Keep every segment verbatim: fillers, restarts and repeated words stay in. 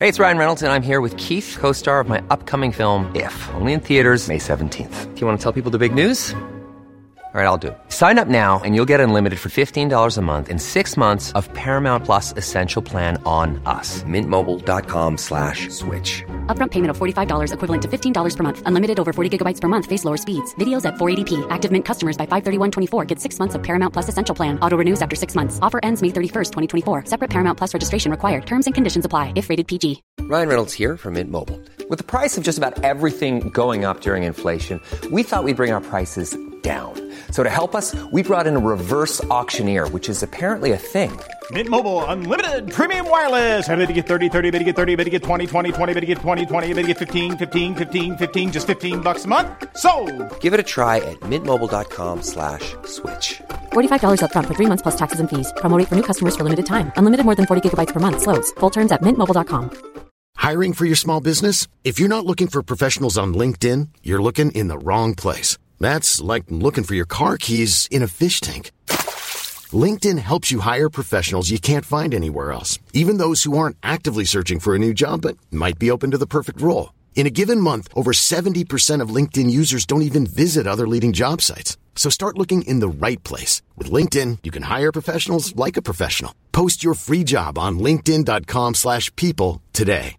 Hey, it's Ryan Reynolds, and I'm here with Keith, co-star of my upcoming film, If, only in theaters May seventeenth. Do you want to tell people the big news? All right, I'll do it. Sign up now and you'll get unlimited for fifteen dollars a month and six months of Paramount Plus Essential Plan on us. Mintmobile.com slash switch. Upfront payment of forty-five dollars equivalent to fifteen dollars per month. Unlimited over forty gigabytes per month. Face lower speeds. Videos at four eighty p. Active Mint customers by five thirty-one twenty-four get six months of Paramount Plus Essential Plan. Auto renews after six months. Offer ends May thirty-first, twenty twenty-four. Separate Paramount Plus registration required. Terms and conditions apply if rated P G. Ryan Reynolds here from Mint Mobile. With the price of just about everything going up during inflation, we thought we'd bring our prices down. So to help us, we brought in a reverse auctioneer, which is apparently a thing. Mint Mobile Unlimited Premium Wireless. How to get thirty, thirty, how to get thirty, how to get twenty, twenty, twenty, how to get twenty, twenty, how to get fifteen, fifteen, fifteen, fifteen, just fifteen bucks a month? Sold! Give it a try at mintmobile.com slash switch. forty-five dollars up front for three months plus taxes and fees. Promo rate for new customers for limited time. Unlimited more than forty gigabytes per month. Slows full terms at mint mobile dot com. Hiring for your small business? If you're not looking for professionals on LinkedIn, you're looking in the wrong place. That's like looking for your car keys in a fish tank. LinkedIn helps you hire professionals you can't find anywhere else, even those who aren't actively searching for a new job but might be open to the perfect role. In a given month, over seventy percent of LinkedIn users don't even visit other leading job sites. So start looking in the right place. With LinkedIn, you can hire professionals like a professional. Post your free job on linkedin.com slash people today.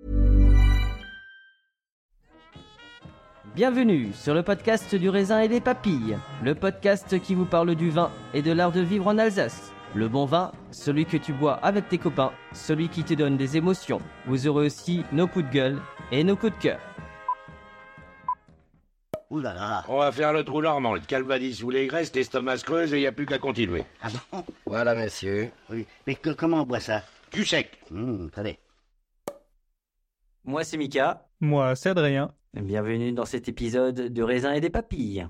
Bienvenue sur le podcast du raisin et des papilles, le podcast qui vous parle du vin et de l'art de vivre en Alsace. Le bon vin, celui que tu bois avec tes copains, celui qui te donne des émotions. Vous aurez aussi nos coups de gueule et nos coups de cœur. Ouh là là. On va faire le trou normand, le calvadis sous les graisses, l'estomac se creuse et il n'y a plus qu'à continuer. Ah bon? Voilà, monsieur. Oui. Mais que, comment on boit ça? Cul sec. Hum, attendez. Moi c'est Mika. Moi c'est Adrien. Bienvenue dans cet épisode de Raisin et des papilles.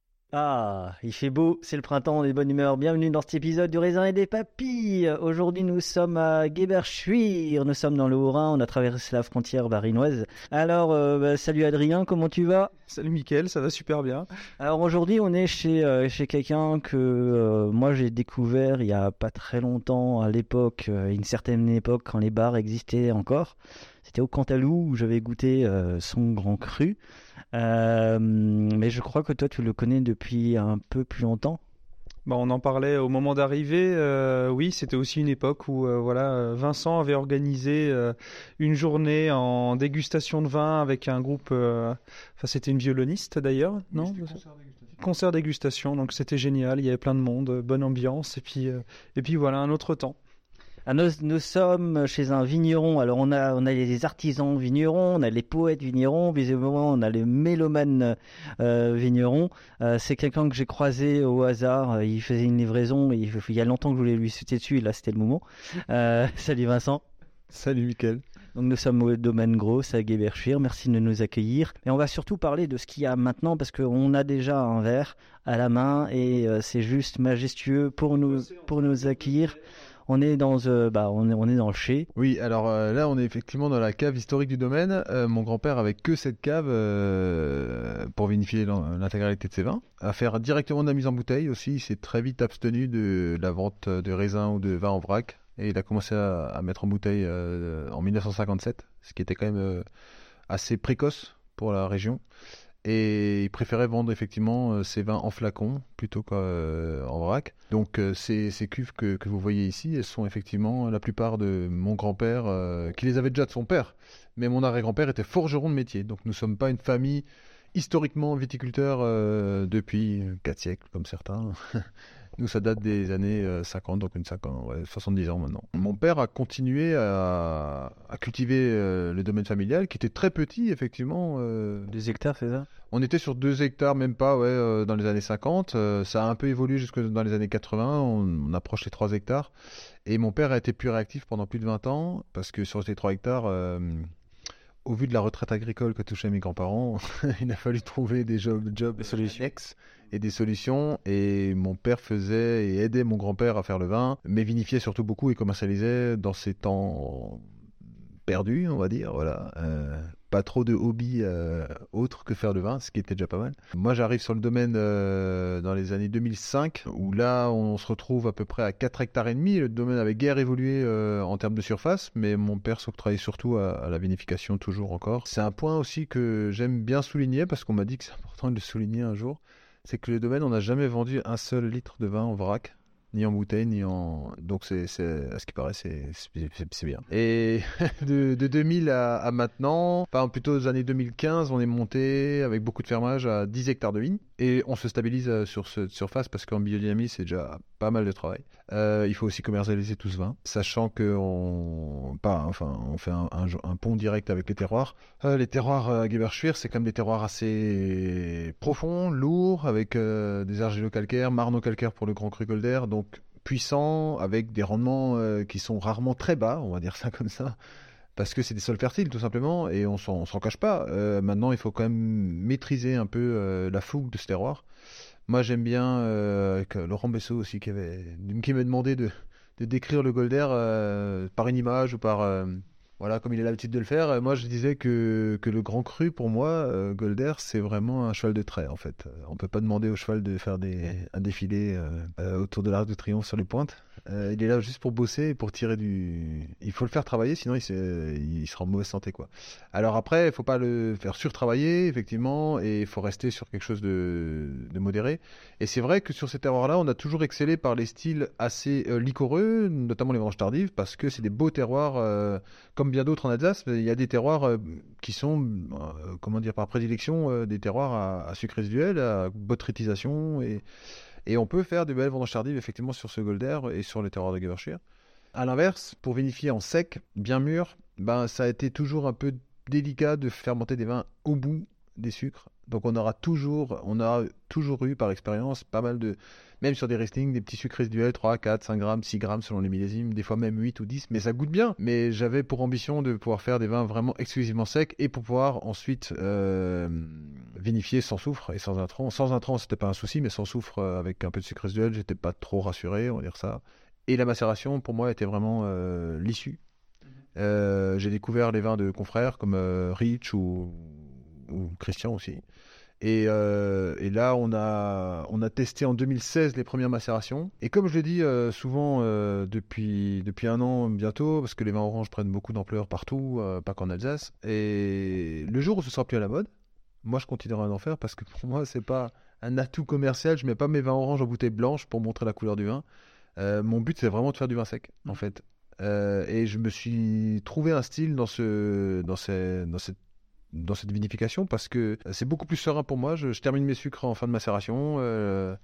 Ah, il fait beau, c'est le printemps, on est de bonne humeur. Bienvenue dans cet épisode du Raisin et des papilles. Aujourd'hui, nous sommes à Geberschwir, nous sommes dans le Haut-Rhin, on a traversé la frontière barinoise. Alors, euh, bah, salut Adrien, comment tu vas? Salut Mickaël, ça va super bien. Alors aujourd'hui, on est chez, euh, chez quelqu'un que euh, moi j'ai découvert il y a pas très longtemps, à l'époque, euh, une certaine époque, quand les bars existaient encore. C'était au Cantalou où j'avais goûté euh, son grand cru. Euh, mais je crois que toi tu le connais depuis un peu plus longtemps. Bah, on en parlait au moment d'arrivée. Euh, oui, c'était aussi une époque où euh, voilà, Vincent avait organisé euh, une journée en dégustation de vin avec un groupe. Euh, enfin, c'était une violoniste d'ailleurs, non? Oui, concert dégustation. Concert dégustation, donc c'était génial. Il y avait plein de monde, bonne ambiance, et puis euh, et puis voilà, un autre temps. Ah, nous, nous sommes chez un vigneron. Alors on a, on a les artisans vignerons, on a les poètes vignerons, visiblement on a les mélomanes euh, vignerons. Euh, c'est quelqu'un que j'ai croisé au hasard, il faisait une livraison, il, il y a longtemps que je voulais lui sauter dessus, et là c'était le moment. Euh, salut Vincent. Salut Mickaël. Donc nous sommes au domaine Gros, à Geberschwir, merci de nous accueillir. Et on va surtout parler de ce qu'il y a maintenant, parce qu'on a déjà un verre à la main, et euh, c'est juste majestueux pour nous, pour nous accueillir. On est dans, euh, bah, on est, on est dans le chai. Oui, alors euh, là, on est effectivement dans la cave historique du domaine. Euh, mon grand-père avait que cette cave euh, pour vinifier l'intégralité de ses vins. À faire directement de la mise en bouteille aussi. Il s'est très vite abstenu de la vente de raisins ou de vins en vrac. Et il a commencé à, à mettre en bouteille euh, en dix-neuf cent cinquante-sept, ce qui était quand même euh, assez précoce pour la région. Et il préférait vendre effectivement ses vins en flacon plutôt qu'en euh, vrac. Donc euh, ces, ces cuves que, que vous voyez ici, elles sont effectivement la plupart de mon grand-père, euh, qui les avait déjà de son père. Mais mon arrière-grand-père était forgeron de métier. Donc nous ne sommes pas une famille historiquement viticulteur euh, depuis quatre siècles, comme certains. Nous, ça date des années cinquante, donc une cinquante, ouais, soixante-dix ans maintenant. Mon père a continué à, à cultiver euh, le domaine familial, qui était très petit, effectivement. Euh, Deux hectares, c'est ça? On était sur deux hectares, même pas, ouais, euh, dans les années cinquante. Euh, ça a un peu évolué jusque dans les années quatre-vingts. On, on approche les trois hectares. Et mon père a été plus réactif pendant plus de vingt ans, parce que sur ces trois hectares... Euh, au vu de la retraite agricole que touchaient mes grands-parents, il a fallu trouver des jobs, jobs des solutions et des solutions. Et mon père faisait et aidait mon grand-père à faire le vin, mais vinifiait surtout beaucoup et commercialisait dans ces temps perdu, on va dire, voilà. Euh, pas trop de hobby euh, autre que faire du vin, ce qui était déjà pas mal. Moi, j'arrive sur le domaine euh, dans les années deux mille cinq, où là, on se retrouve à peu près à quatre hectares et demi. Le domaine avait guère évolué euh, en termes de surface, mais mon père s'octroyait surtout à, à la vinification toujours encore. C'est un point aussi que j'aime bien souligner, parce qu'on m'a dit que c'est important de le souligner un jour, c'est que le domaine, on n'a jamais vendu un seul litre de vin en vrac, ni en bouteille, ni en... Donc, c'est, c'est, à ce qui paraît, c'est, c'est, c'est bien. Et de, de deux mille à, à maintenant, enfin plutôt aux années deux mille quinze, on est monté avec beaucoup de fermage à dix hectares de vignes. Et on se stabilise sur cette surface parce qu'en biodynamie, c'est déjà pas mal de travail. Euh, il faut aussi commercialiser tout ce vin, sachant qu'on pas, enfin, on fait un, un, un pont direct avec les terroirs. Euh, les terroirs à Geberschwir, c'est quand même des terroirs assez profonds, lourds, avec euh, des argilo-calcaires, marno-calcaires pour le Grand Cru Golder, donc puissants, avec des rendements euh, qui sont rarement très bas, on va dire ça comme ça. Parce que c'est des sols fertiles, tout simplement, et on s'en, on s'en cache pas. Euh, maintenant, il faut quand même maîtriser un peu euh, la fougue de ce terroir. Moi, j'aime bien, euh, avec Laurent Bessot aussi, qui, avait, qui m'a demandé de, de décrire le Golder euh, par une image ou par... Euh, voilà, comme il a l'habitude de le faire. Moi, je disais que, que le Grand Cru, pour moi, euh, Golder, c'est vraiment un cheval de trait, en fait. On ne peut pas demander au cheval de faire des, un défilé euh, euh, autour de l'Arc de Triomphe sur les pointes. Euh, il est là juste pour bosser et pour tirer du... Il faut le faire travailler, sinon il, il sera en mauvaise santé, quoi. Alors après, il ne faut pas le faire surtravailler, effectivement, et il faut rester sur quelque chose de, de modéré. Et c'est vrai que sur ces terroirs-là, on a toujours excellé par les styles assez euh, liquoreux, notamment les vendanges tardives, parce que c'est des beaux terroirs, euh, comme bien d'autres en Alsace. Il y a des terroirs euh, qui sont, euh, comment dire, par prédilection, euh, des terroirs à, à sucre résiduel, à botrytisation, et... Et on peut faire de belles vendanges tardives effectivement sur ce Golder et sur les terroirs de Geberschwir. A l'inverse, pour vinifier en sec, bien mûr, ben, ça a été toujours un peu délicat de fermenter des vins au bout des sucres. Donc on aura toujours, on a toujours eu par expérience pas mal de, même sur des Riesling, des petits sucres résiduels, trois, quatre, cinq grammes, six grammes selon les millésimes, des fois même huit ou dix, mais ça goûte bien. Mais j'avais pour ambition de pouvoir faire des vins vraiment exclusivement secs et pour pouvoir ensuite euh, vinifier sans soufre et sans intrants. Sans intrants, c'était pas un souci, mais sans soufre avec un peu de sucre résiduel, j'étais pas trop rassuré, on va dire ça. Et la macération, pour moi, était vraiment euh, l'issue. Euh, j'ai découvert les vins de confrères comme euh, Rich ou, ou Christian aussi. Et, euh, et là, on a, on a testé en deux mille seize les premières macérations. Et comme je l'ai dit euh, souvent euh, depuis, depuis un an bientôt, parce que les vins oranges prennent beaucoup d'ampleur partout, euh, pas qu'en Alsace. Et le jour où ce sera plus à la mode, moi je continuerai à en faire parce que pour moi, c'est pas un atout commercial. Je mets pas mes vins oranges en bouteille blanche pour montrer la couleur du vin. Euh, mon but, c'est vraiment de faire du vin sec, en fait. Euh, et je me suis trouvé un style dans, ce, dans, ces, dans cette dans cette vinification parce que c'est beaucoup plus serein pour moi. Je, je termine mes sucres en fin de macération euh,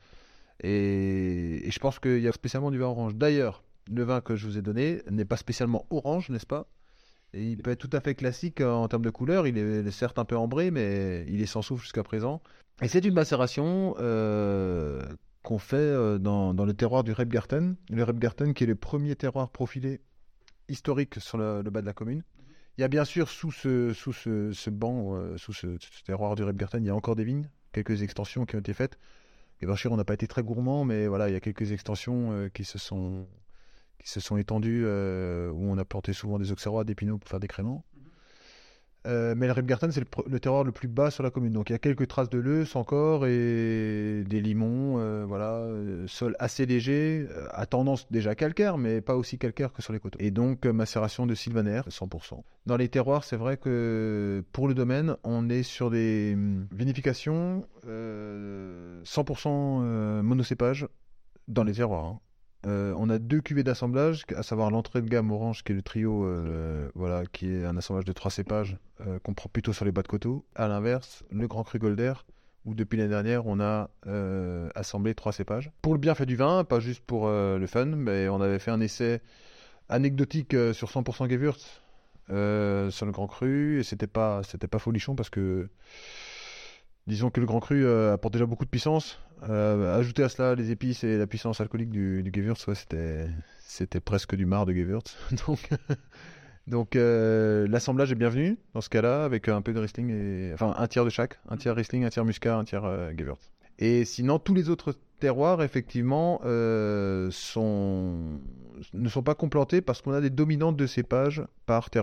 et, et je pense qu'il y a spécialement du vin orange. D'ailleurs, le vin que je vous ai donné n'est pas spécialement orange, n'est-ce pas? Et il peut être tout à fait classique en termes de couleur. Il est certes un peu ambré, mais il est sans soufre jusqu'à présent. Et c'est une macération euh, qu'on fait dans, dans le terroir du Rebgarten. Le Rebgarten qui est le premier terroir profilé historique sur le, le bas de la commune. Il y a bien sûr sous ce, sous ce, ce banc, euh, sous ce, ce terroir du Rebgarten, il y a encore des vignes, quelques extensions qui ont été faites. Et bien sûr, on n'a pas été très gourmand, mais voilà, il y a quelques extensions euh, qui se sont qui se sont étendues euh, où on a planté souvent des auxerrois, des pinots pour faire des créments. Euh, mais le Rebgarten, c'est le, le terroir le plus bas sur la commune. Donc il y a quelques traces de leuce encore et des limons, euh, voilà, euh, sol assez léger, euh, à tendance déjà calcaire, mais pas aussi calcaire que sur les coteaux. Et donc euh, macération de sylvaner, cent pour cent. Dans les terroirs, c'est vrai que pour le domaine, on est sur des vinifications euh, cent pour cent euh, monocépage dans les terroirs. Hein. Euh, on a deux cuvées d'assemblage, à savoir l'entrée de gamme orange qui est le trio, euh, voilà, qui est un assemblage de trois cépages euh, qu'on prend plutôt sur les bas de coteaux. À l'inverse, le Grand Cru Golder, où depuis l'année dernière, on a euh, assemblé trois cépages. Pour le bienfait du vin, pas juste pour euh, le fun, mais on avait fait un essai anecdotique euh, sur cent pour cent Gewürz euh, sur le Grand Cru, et c'était pas, c'était pas folichon parce que disons que le Grand Cru euh, apporte déjà beaucoup de puissance. Euh, ajouter à cela les épices et la puissance alcoolique du, du Gewürz, ouais, c'était, c'était presque du marc de Gewürz. donc donc euh, l'assemblage est bienvenu dans ce cas-là, avec un peu de Riesling, et, enfin un tiers de chaque, un tiers Riesling, un tiers Muscat, un tiers euh, Gewürz. Et sinon, tous les autres terroirs, effectivement, euh, sont... ne sont pas complantés parce qu'on a des dominantes de cépages par terroir.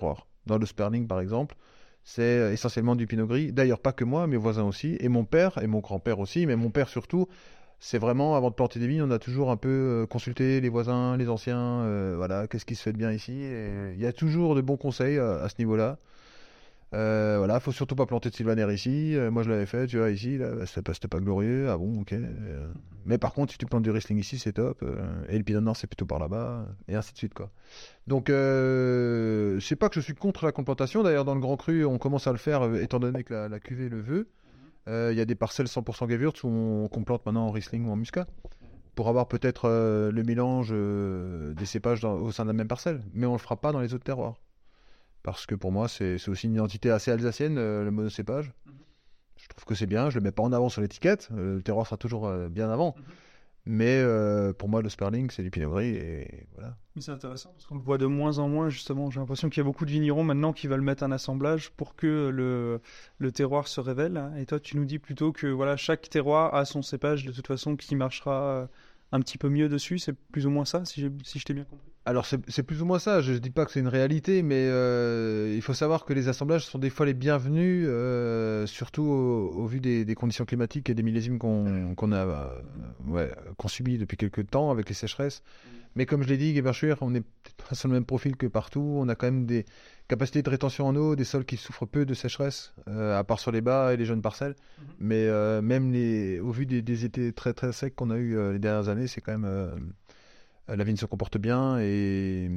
dans le Sperling par exemple, c'est essentiellement du Pinot Gris. D'ailleurs, pas que moi, mes voisins aussi, et mon père, et mon grand-père aussi, mais mon père surtout. C'est vraiment, avant de planter des vignes, on a toujours un peu euh, consulté les voisins, les anciens, euh, voilà, qu'est-ce qui se fait de bien ici. Et il y a toujours de bons conseils à, à ce niveau-là. Euh, voilà, faut surtout pas planter de sylvaner ici. Euh, moi, je l'avais fait, tu vois, ici, là, c'était pas, c'était pas glorieux. Ah bon, ok. Euh, mais par contre, si tu plantes du Riesling ici, c'est top. Euh, et le Pinot Noir, c'est plutôt par là-bas, et ainsi de suite, quoi. Donc, euh, c'est pas que je suis contre la complantation. D'ailleurs, dans le Grand Cru, on commence à le faire, euh, étant donné que la, la cuvée le veut. Il euh, y a des parcelles cent pour cent Gewürz où on, qu'on plante maintenant en Riesling ou en Muscat, pour avoir peut-être euh, le mélange euh, des cépages dans, au sein de la même parcelle. Mais on le fera pas dans les autres terroirs. Parce que pour moi, c'est, c'est aussi une identité assez alsacienne, euh, le monocépage. Mm-hmm. Je trouve que c'est bien, je le mets pas en avant sur l'étiquette, euh, le terroir sera toujours euh, bien avant. Mm-hmm. Mais euh, pour moi, le Sperling, c'est du Pinot Gris, et voilà. Mais c'est intéressant, parce qu'on le voit de moins en moins, justement. J'ai l'impression qu'il y a beaucoup de vignerons maintenant qui veulent mettre un assemblage pour que le, le terroir se révèle. Et toi, tu nous dis plutôt que voilà, chaque terroir a son cépage, de toute façon, qui marchera un petit peu mieux dessus. C'est plus ou moins ça, si, j'ai, si je t'ai bien compris. Alors c'est, c'est plus ou moins ça, je ne dis pas que c'est une réalité, mais euh, il faut savoir que les assemblages sont des fois les bienvenus, euh, surtout au, au vu des, des conditions climatiques et des millésimes qu'on, qu'on a euh, ouais, qu'on subit depuis quelques temps avec les sécheresses. Mais comme je l'ai dit, Gewürztraminer, on n'est peut-être pas sur le même profil que partout, on a quand même des capacités de rétention en eau, des sols qui souffrent peu de sécheresse, euh, à part sur les bas et les jeunes parcelles. Mm-hmm. Mais euh, même les, au vu des, des étés très très secs qu'on a eu euh, les dernières années, c'est quand même... Euh, la vigne se comporte bien et,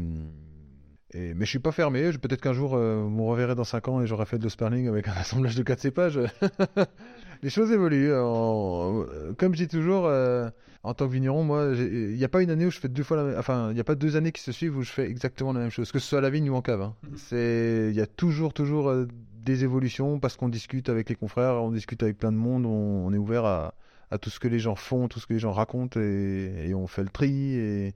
et mais je suis pas fermé. Je, peut-être qu'un jour euh, vous me reverrez dans cinq ans et j'aurai fait de l'Sperling avec un assemblage de quatre cépages. Les choses évoluent. En, comme je dis toujours, euh, en tant que vigneron, moi, il n'y a pas une année où je fais deux fois la même. Enfin, il n'y a pas deux années qui se suivent où je fais exactement la même chose, que ce soit à la vigne ou en cave. Hein. Mm-hmm. C'est, il y a toujours, toujours euh, des évolutions parce qu'on discute avec les confrères, on discute avec plein de monde, on, on est ouvert à à tout ce que les gens font, tout ce que les gens racontent, et, et on fait le tri, et,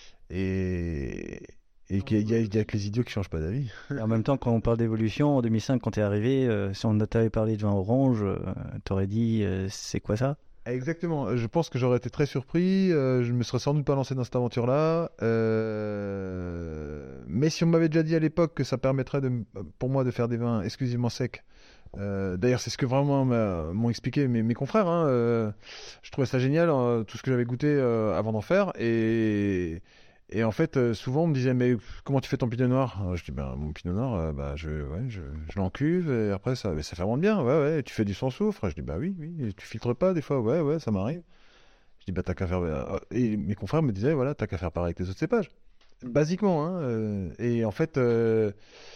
et, et qu'il y a, il y a que les idiots qui changent pas d'avis. Et en même temps, quand on parle d'évolution, en deux mille cinq, quand tu es arrivé, euh, si on t'avait parlé de vin orange, euh, tu aurais dit, euh, c'est quoi ça ? Exactement, je pense que j'aurais été très surpris, euh, je ne me serais sans doute pas lancé dans cette aventure-là, euh... mais si on m'avait déjà dit à l'époque que ça permettrait de, pour moi de faire des vins exclusivement secs, Euh, d'ailleurs, c'est ce que vraiment m'ont expliqué mes, mes confrères. Hein, euh, je trouvais ça génial, euh, tout ce que j'avais goûté euh, avant d'en faire. Et, et en fait, euh, souvent, on me disait, mais comment tu fais ton pinot noir ? Alors, je dis, ben, mon pinot noir, euh, bah, je, ouais, je, je l'encuve et après, ça, ça fermente bien. Ouais, ouais. Tu fais du sans soufre ? Je dis, bah oui, oui. Et tu filtres pas des fois ? Ouais, ouais, ça m'arrive. Je dis, bah t'as qu'à faire. Et mes confrères me disaient, voilà, t'as qu'à faire pareil avec les autres cépages. Basiquement. Hein, euh, et en fait. Euh,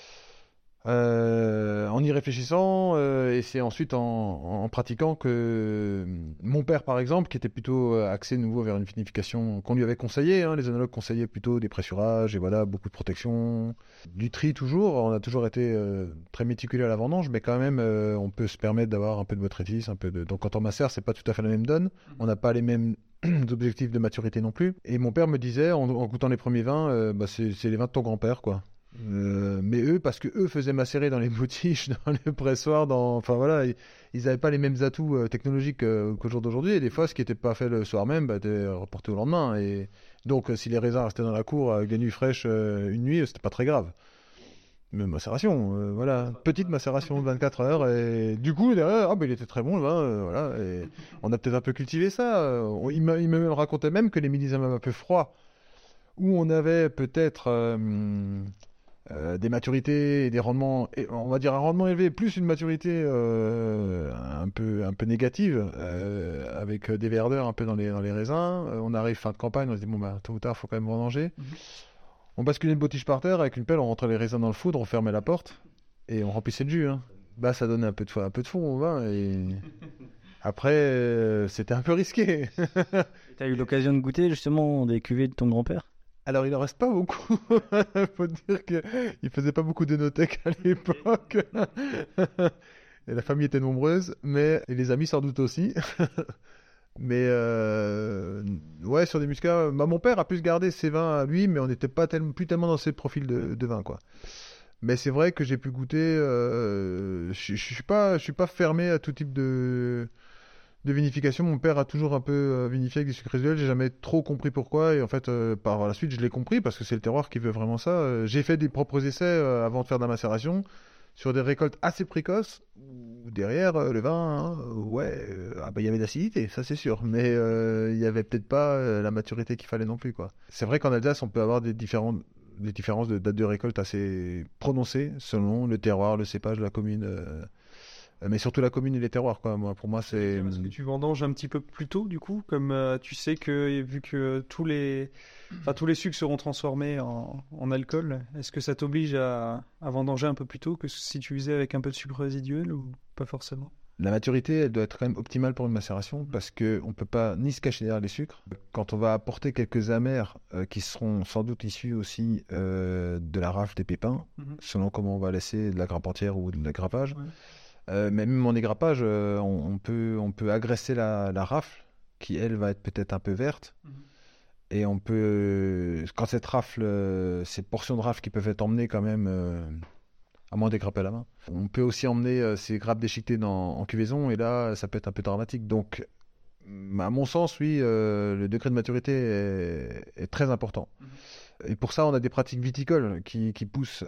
Euh, en y réfléchissant, euh, et c'est ensuite en, en pratiquant que mon père, par exemple, qui était plutôt axé nouveau vers une vinification qu'on lui avait conseillé, hein, les œnologues conseillaient plutôt des pressurages et voilà, beaucoup de protection, du tri toujours. On a toujours été euh, très méticuleux à la vendange, mais quand même, euh, on peut se permettre d'avoir un peu de botrytis, un peu de. Donc quand on macère, c'est pas tout à fait la même donne. On n'a pas les mêmes objectifs de maturité non plus. Et mon père me disait, en, en goûtant les premiers vins, euh, bah, c'est, c'est les vins de ton grand-père, quoi. Euh, mais eux, parce que eux faisaient macérer dans les boutiches, dans les pressoirs, dans... enfin voilà, ils n'avaient pas les mêmes atouts euh, technologiques euh, qu'au jour d'aujourd'hui. Et des fois, ce qui n'était pas fait le soir même, bah, était reporté au lendemain. Et donc, euh, si les raisins restaient dans la cour avec des nuits fraîches euh, une nuit, c'était pas très grave. Mais macération, euh, voilà, petite macération de vingt-quatre heures. Et du coup, derrière, ah, bah, il était très bon le vin, euh, voilà. Et on a peut-être un peu cultivé ça. Euh, il m'a, il m'a même raconté même que les millésimes un peu froids, où on avait peut-être euh, Euh, des maturités et des rendements, on va dire un rendement élevé plus une maturité euh, un peu un peu négative, euh, avec des verdeurs un peu dans les dans les raisins. Euh, on arrive fin de campagne, on se dit bon bah tôt ou tard faut quand même vendanger. Mm-hmm. On basculait une bottige par terre avec une pelle, on rentrait les raisins dans le foudre, on fermait la porte et on remplissait le jus. Hein. Bah ça donnait un peu de un peu de fond au vin et après euh, c'était un peu risqué. T'as eu l'occasion de goûter justement des cuvées de ton grand-père ? Alors, il en reste pas beaucoup. Faut dire qu'il faisait pas beaucoup d'œnothèque à l'époque. Et la famille était nombreuse, mais et les amis sans doute aussi. Mais euh... ouais, sur des muscats, bah, mon père a pu se garder ses vins à lui, mais on n'était pas tellement, plus tellement dans ses profils de, de vin, quoi. Mais c'est vrai que j'ai pu goûter. Euh... Je, je suis pas, je suis pas fermé à tout type de de vinification. Mon père a toujours un peu euh, vinifié avec des sucres résiduels. J'ai jamais trop compris pourquoi. Et en fait, euh, par la suite, je l'ai compris parce que c'est le terroir qui veut vraiment ça. Euh, j'ai fait des propres essais euh, avant de faire de la macération sur des récoltes assez précoces. Où derrière, euh, le vin, hein, ouais, euh, ah bah, il y avait de l'acidité, ça c'est sûr. Mais euh, il y avait peut-être pas euh, la maturité qu'il fallait non plus, quoi. C'est vrai qu'en Alsace, on peut avoir des différents des différences de date de récolte assez prononcées selon le terroir, le cépage, la commune, euh, mais surtout la commune et les terroirs, quoi. Moi, pour moi, c'est. Est-ce que tu vendanges un petit peu plus tôt, du coup, comme euh, tu sais que vu que tous les, enfin tous les sucres seront transformés en, en alcool, est-ce que ça t'oblige à, à vendanger un peu plus tôt que si tu faisais avec un peu de sucre résiduel ou pas forcément? La maturité, elle doit être quand même optimale pour une macération parce qu'on ne peut pas ni se cacher derrière les sucres. Quand on va apporter quelques amers euh, qui seront sans doute issus aussi euh, de la rafle des pépins, mm-hmm. selon comment on va laisser de la grappe entière ou de l'agrappage. Ouais. Euh, mais même en égrappage, euh, on, on, peut, on peut agresser la, la rafle qui, elle, va être peut-être un peu verte. Mm-hmm. Et on peut, quand cette rafle, euh, ces portions de rafle qui peuvent être emmenées quand même... Euh, à moins d'égrapper à la main. On peut aussi emmener euh, ces grappes déchiquetées dans, en cuvaison, et là, ça peut être un peu dramatique. Donc, à mon sens, oui, euh, le degré de maturité est, est très important. Mmh. Et pour ça, on a des pratiques viticoles qui, qui poussent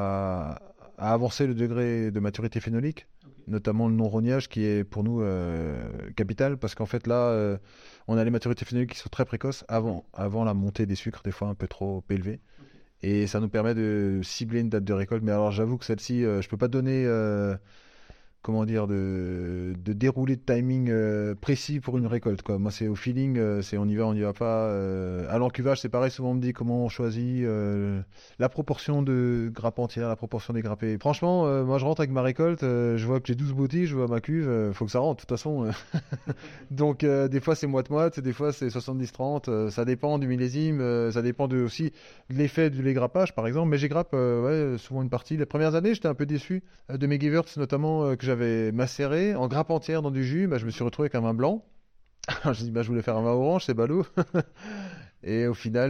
à, à avancer le degré de maturité phénolique, okay. notamment le non-rognage, qui est pour nous euh, capital, parce qu'en fait, là, euh, on a les maturités phénoliques qui sont très précoces avant, avant la montée des sucres, des fois un peu trop élevés. Et ça nous permet de cibler une date de récolte. Mais alors, j'avoue que celle-ci, euh, je ne peux pas donner, euh, comment dire, de, de déroulé de timing euh, précis pour une récolte, quoi. Moi, c'est au feeling, euh, c'est on y va, on n'y va pas. Euh, à l'encuvage, c'est pareil, souvent on me dit comment on choisit euh, la proportion de grappes entières, la proportion des grappes. Franchement, euh, moi, je rentre avec ma récolte, euh, je vois que j'ai douze bouteilles, je vois ma cuve, il euh, faut que ça rentre, de toute façon. Donc, euh, des fois, c'est moite-moite, des fois, c'est soixante-dix trente, euh, ça dépend du millésime, euh, ça dépend de, aussi de l'effet du l'égrappage, par exemple. Mais j'égrappe euh, ouais, souvent une partie. Les premières années, j'étais un peu déçu euh, de mes Gewürz, notamment, euh, que j'avais macéré en grappe entière dans du jus. Bah, je me suis retrouvé avec un vin blanc. Je dis, bah, je voulais faire un vin orange, c'est ballot. Et au final,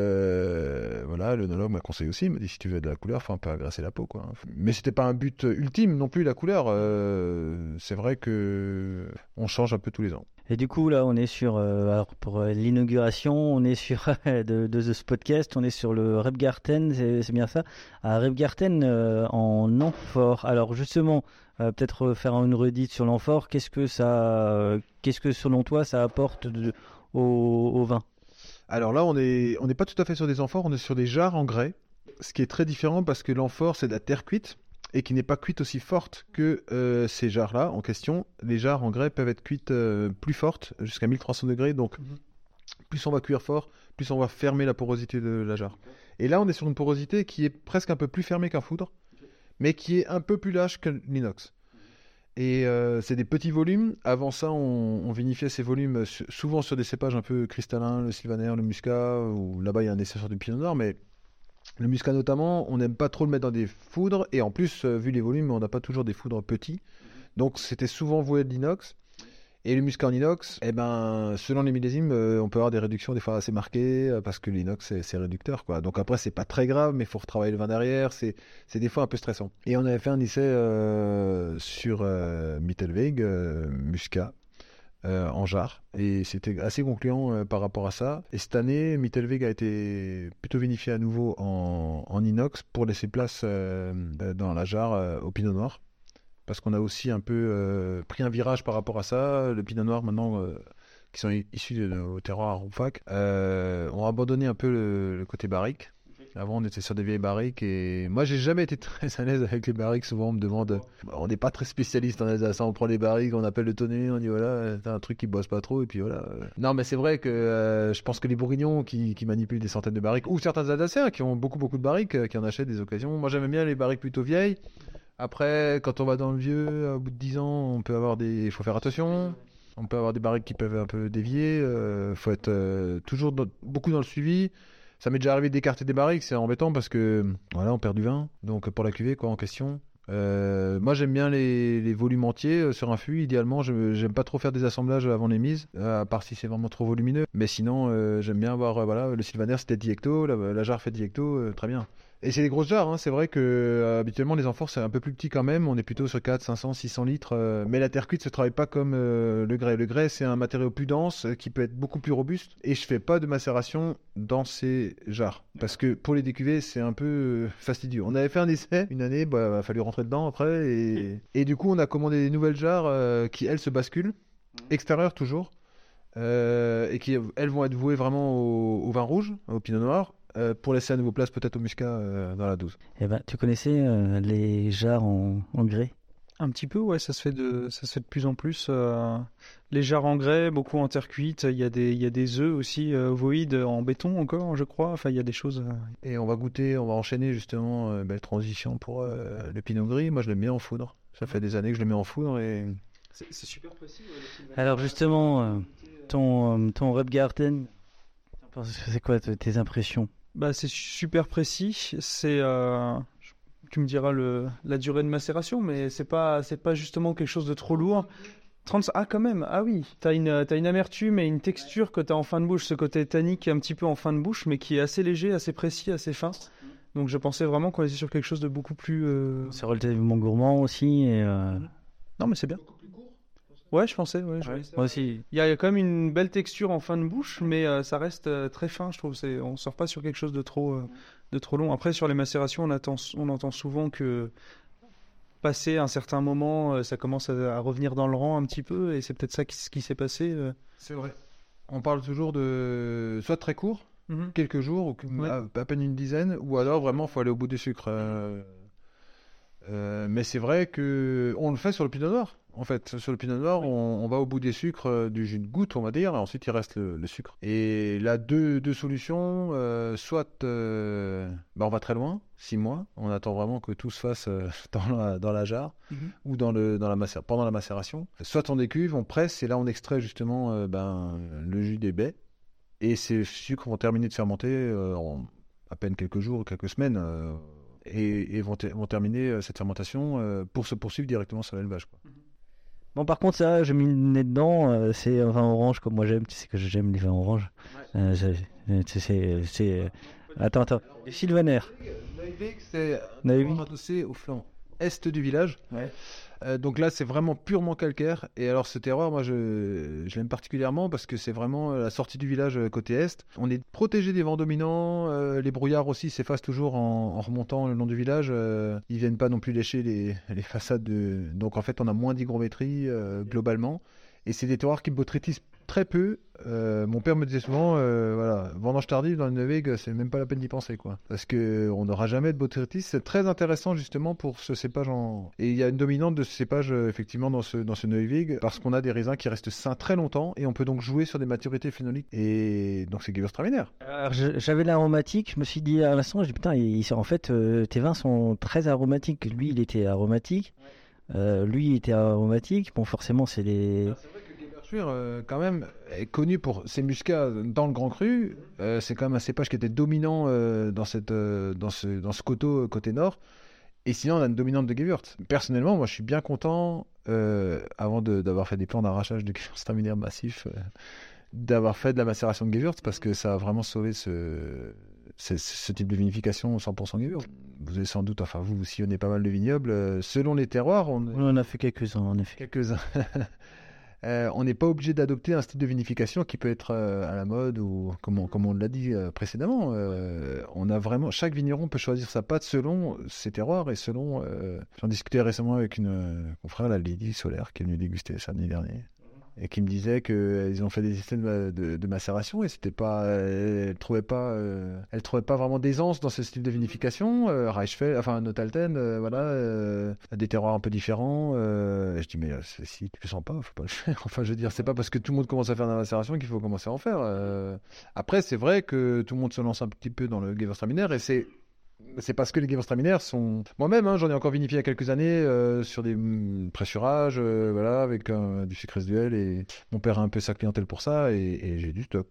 euh, voilà, l'œnologue m'a conseillé aussi. Il m'a dit, si tu veux de la couleur, il faut un peu agresser la peau, quoi. Mais c'était pas un but ultime non plus, la couleur. Euh, c'est vrai que on change un peu tous les ans. Et du coup, là, on est sur, euh, alors pour l'inauguration, on est sur de, de ce podcast, on est sur le Rebgarten, c'est, c'est bien ça, à Rebgarten euh, en amphore. Alors justement, euh, peut-être faire une redite sur l'amphore. Qu'est-ce que ça, euh, qu'est-ce que selon toi, ça apporte de, au, au vin? Alors là, on n'est on n'est pas tout à fait sur des amphores, on est sur des jarres en grès, ce qui est très différent parce que l'amphore, c'est de la terre cuite et qui n'est pas cuite aussi forte que euh, ces jarres-là en question. Les jarres en grès peuvent être cuites euh, plus fortes, jusqu'à mille trois cents degrés, donc mmh. plus on va cuire fort, plus on va fermer la porosité de la jarre. Et là, on est sur une porosité qui est presque un peu plus fermée qu'un foudre, mais qui est un peu plus lâche que l'inox. Et euh, c'est des petits volumes. Avant ça, on, on vinifiait ces volumes su- souvent sur des cépages un peu cristallins, le sylvaner, le muscat, ou là-bas il y a un essai sur du pinot noir, mais le muscat notamment, on n'aime pas trop le mettre dans des foudres, et en plus, euh, vu les volumes, on n'a pas toujours des foudres petits, donc c'était souvent voué de l'inox. Et le muscat en inox, eh ben, selon les millésimes, euh, on peut avoir des réductions des fois assez marquées, euh, parce que l'inox, c'est, c'est réducteur, quoi. Donc après, c'est pas très grave, mais il faut retravailler le vin derrière, c'est, c'est des fois un peu stressant. Et on avait fait un essai euh, sur euh, Mittelweg, euh, muscat, euh, en jarre, et c'était assez concluant euh, par rapport à ça. Et cette année, Mittelweg a été plutôt vinifié à nouveau en, en inox pour laisser place euh, dans la jarre euh, au pinot noir. Parce qu'on a aussi un peu euh, pris un virage par rapport à ça. Le pinot noir, maintenant, euh, qui sont issus de nos terroirs à Ronfac, euh, ont abandonné un peu le, le côté barrique. Avant, on était sur des vieilles barriques, et moi, j'ai jamais été très à l'aise avec les barriques. Souvent, on me demande, on n'est pas très spécialiste en Alsace, on prend les barriques, on appelle le tonnet, on dit voilà, t'as un truc qui bosse pas trop, et puis voilà. Non, mais c'est vrai que euh, je pense que les bourguignons qui, qui manipulent des centaines de barriques, ou certains Alsaciens qui ont beaucoup, beaucoup de barriques, euh, qui en achètent des occasions. Moi, j'aimais bien les barriques plutôt vieilles. Après, quand on va dans le vieux, au bout de dix ans, on peut avoir des... Il faut faire attention. On peut avoir des barriques qui peuvent un peu dévier. Il euh, faut être euh, toujours dans... beaucoup dans le suivi. Ça m'est déjà arrivé d'écarter des barriques, c'est embêtant parce que voilà, on perd du vin. Donc pour la cuvée, quoi, en question. Euh, moi, j'aime bien les, les volumes entiers euh, sur un fût. Idéalement, je, j'aime pas trop faire des assemblages avant les mises, euh, à part si c'est vraiment trop volumineux. Mais sinon, euh, j'aime bien avoir euh, voilà, le sylvaner, c'était dix hectos, la, la jarre fait dix hectos, euh, très bien. Et c'est des grosses jarres, hein. C'est vrai que euh, habituellement les amphores c'est un peu plus petit quand même, on est plutôt sur quatre, cinq cents, six cents litres, euh, mais la terre cuite se travaille pas comme euh, le grès. Le grès c'est un matériau plus dense euh, qui peut être beaucoup plus robuste et je fais pas de macération dans ces jarres parce que pour les décuver c'est un peu euh, fastidieux. On avait fait un essai une année, bah, il a fallu rentrer dedans après et, et du coup on a commandé des nouvelles jarres euh, qui elles se basculent, extérieures toujours, euh, et qui elles vont être vouées vraiment au, au vin rouge, au pinot noir. Euh, pour laisser à nouveau place peut-être au muscat euh, dans la douze. Eh ben, tu connaissais euh, les jarres en, en grès? Un petit peu, ouais, ça se fait de, ça se fait de plus en plus. Euh, les jarres en grès, beaucoup en terre cuite. Il y a des, il y a des œufs aussi euh, ovoïdes en béton encore, je crois. Enfin, il y a des choses. Euh... Et on va goûter, on va enchaîner justement euh, belle transition pour euh, le pinot gris. Moi, je le mets en foudre. Ça fait des années que je le mets en foudre et c'est, c'est super précis. Ouais, alors justement, euh, ton, euh, ton Rebgarten, c'est quoi t- tes impressions? Bah, c'est super précis. C'est, euh, tu me diras le, la durée de macération, mais c'est pas, c'est pas justement quelque chose de trop lourd. trente Ah, quand même. Ah oui. T'as une, t'as une amertume et une texture que t'as en fin de bouche, ce côté tannique un petit peu en fin de bouche, mais qui est assez léger, assez précis, assez fin. Donc je pensais vraiment qu'on était sur quelque chose de beaucoup plus. Euh... C'est relativement gourmand aussi. Et euh... Non, mais c'est bien. Ouais, je pensais. Ouais, je... ouais, moi aussi. Il y, a, il y a quand même une belle texture en fin de bouche, mais euh, ça reste euh, très fin, je trouve. C'est, on sort pas sur quelque chose de trop, euh, de trop long. Après, sur les macérations, on, attend, on entend souvent que passer un certain moment, euh, ça commence à, à revenir dans le rang un petit peu, et c'est peut-être ça qui, ce qui s'est passé. Euh... C'est vrai. On parle toujours de soit très court, mm-hmm. quelques jours, ou ouais. à, à peine une dizaine, ou alors vraiment, il faut aller au bout du sucre. Euh... Euh, mais c'est vrai que on le fait sur le pinot noir. En fait, sur le pinot noir, on, on va au bout des sucres euh, du jus de goutte, on va dire, et ensuite il reste le, le sucre. Et là, deux, deux solutions, euh, soit euh, bah on va très loin, six mois, on attend vraiment que tout se fasse euh, dans, la, dans la jarre mm-hmm. ou dans le, dans la macér- pendant la macération. Soit on décuve, on presse, et là on extrait justement euh, ben, le jus des baies, et ces sucres vont terminer de fermenter euh, en à peine quelques jours ou quelques semaines. Euh, et, et vont, ter- vont terminer euh, cette fermentation euh, pour se poursuivre directement sur l'élevage, quoi. Bon, par contre, ça, j'ai mis le nez dedans, euh, c'est un vin orange comme moi j'aime, tu sais que j'aime les vins oranges. Ouais. Euh, c'est, c'est, c'est... Attends, attends, le Sylvaner. Neuwig, c'est adossé au flanc est du village. Ouais. Euh, donc là, c'est vraiment purement calcaire. Et alors, ce terroir, moi, je, je l'aime particulièrement parce que c'est vraiment la sortie du village côté est. On est protégé des vents dominants. Euh, les brouillards aussi s'effacent toujours en, en remontant le long du village. Euh, ils viennent pas non plus lécher les, les façades. De... Donc, en fait, on a moins d'hygrométrie euh, globalement. Et c'est des terroirs qui botrytisent très peu. Euh, mon père me disait souvent, euh, voilà, vendange tardive dans le Neuwig, c'est même pas la peine d'y penser, quoi. Parce que on n'aura jamais de botrytis. C'est très intéressant justement pour ce cépage en. Et il y a une dominante de ce cépage euh, effectivement dans ce dans ce Neuwig parce qu'on a des raisins qui restent sains très longtemps et on peut donc jouer sur des maturités phénoliques. Et donc c'est Gewürztraminer. Alors j'avais l'aromatique, je me suis dit à l'instant, je dis putain, il, il, en fait euh, tes vins sont très aromatiques. Lui, il était aromatique. Euh, lui, il était aromatique. Bon, forcément, c'est des. Alors, c'est vrai que Euh, quand même est connu pour ses muscats dans le Grand Cru. Euh, c'est quand même un cépage qui était dominant euh, dans, cette, euh, dans, ce, dans ce coteau côté nord. Et sinon, on a une dominante de Gewürz. Personnellement, moi, je suis bien content, euh, avant de, d'avoir fait des plans d'arrachage de Gewürztraminer massif, euh, d'avoir fait de la macération de Gewürz parce que ça a vraiment sauvé ce, ce, ce type de vinification cent pour cent Gewürz. Vous avez sans doute, enfin, vous, vous sillonnez pas mal de vignobles. Euh, selon les terroirs, on, on en a fait quelques-uns, en effet. Quelques-uns. Euh, on n'est pas obligé d'adopter un style de vinification qui peut être euh, à la mode ou comme on, comme on l'a dit euh, précédemment. Euh, on a vraiment chaque vigneron peut choisir sa pâte selon ses terroirs et selon. Euh, j'en discutais récemment avec une euh, confrère, la Lydie Solaire, qui est venue déguster samedi dernier. Et qui me disait qu'ils ont fait des systèmes de, de, de macération et c'était pas, euh, elle trouvait pas, euh, elle trouvait pas vraiment d'aisance dans ce style de vinification. Euh, Reichsfeld, enfin Notalten, euh, voilà, euh, des terroirs un peu différents. Euh, et je dis mais euh, si tu le sens pas, faut pas le faire. Enfin, je veux dire, c'est pas parce que tout le monde commence à faire de la macération qu'il faut commencer à en faire. Euh, après, c'est vrai que tout le monde se lance un petit peu dans le Gewürztraminer et c'est c'est parce que les Gewürztraminer sont... Moi-même, hein, j'en ai encore vinifié il y a quelques années euh, sur des mm, pressurages, euh, voilà, avec euh, du sucre résiduel. Et mon père a un peu sa clientèle pour ça et, et j'ai du stock, quoi.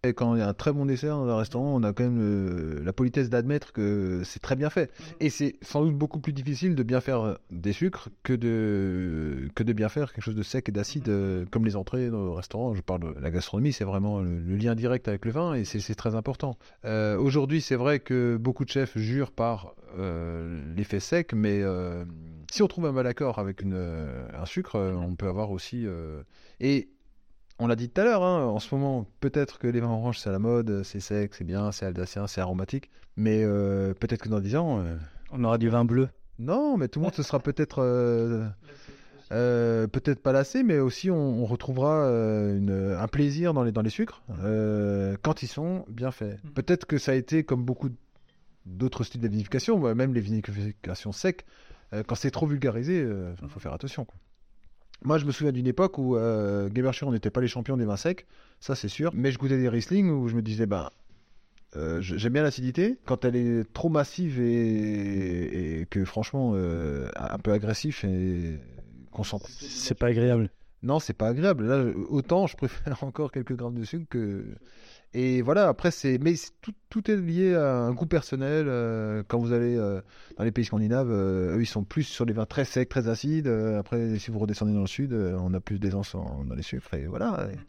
Et quand il y a un très bon dessert dans un restaurant, on a quand même euh, la politesse d'admettre que c'est très bien fait. Et c'est sans doute beaucoup plus difficile de bien faire des sucres que de, que de bien faire quelque chose de sec et d'acide, euh, comme les entrées dans le restaurant. Je parle de la gastronomie, c'est vraiment le, le lien direct avec le vin et c'est, c'est très important. Euh, aujourd'hui, c'est vrai que beaucoup de chefs jurent par euh, l'effet sec, mais euh, si on trouve un bon accord avec une, euh, un sucre, euh, on peut avoir aussi... Euh, et on l'a dit tout à l'heure, hein, en ce moment, peut-être que les vins oranges, c'est à la mode, c'est sec, c'est bien, c'est alsacien, c'est aromatique. Mais euh, peut-être que dans dix ans... Euh... On aura du vin bleu. Non, mais tout le monde se sera peut-être... Euh, euh, peut-être pas lassé, mais aussi on, on retrouvera euh, une, un plaisir dans les, dans les sucres euh, quand ils sont bien faits. Mmh. Peut-être que ça a été comme beaucoup d'autres styles de vinification, même les vinifications secs, euh, quand c'est trop vulgarisé, il euh, faut faire attention, quoi. Moi, je me souviens d'une époque où euh, Geberschur, on n'était pas les champions des vins secs, ça c'est sûr. Mais je goûtais des Riesling où je me disais, ben, euh, j'aime bien l'acidité. Quand elle est trop massive et, et que franchement, euh, un peu agressif et concentré. C'est pas agréable. Non, c'est pas agréable. Là, autant je préfère encore quelques grammes de sucre que. Et voilà, après, c'est. Mais c'est tout, tout est lié à un goût personnel. Euh, quand vous allez euh, dans les pays scandinaves, euh, eux, ils sont plus sur les vins très secs, très acides. Euh, après, si vous redescendez dans le sud, euh, on a plus d'aisance en, dans les sucres. Et voilà. Et...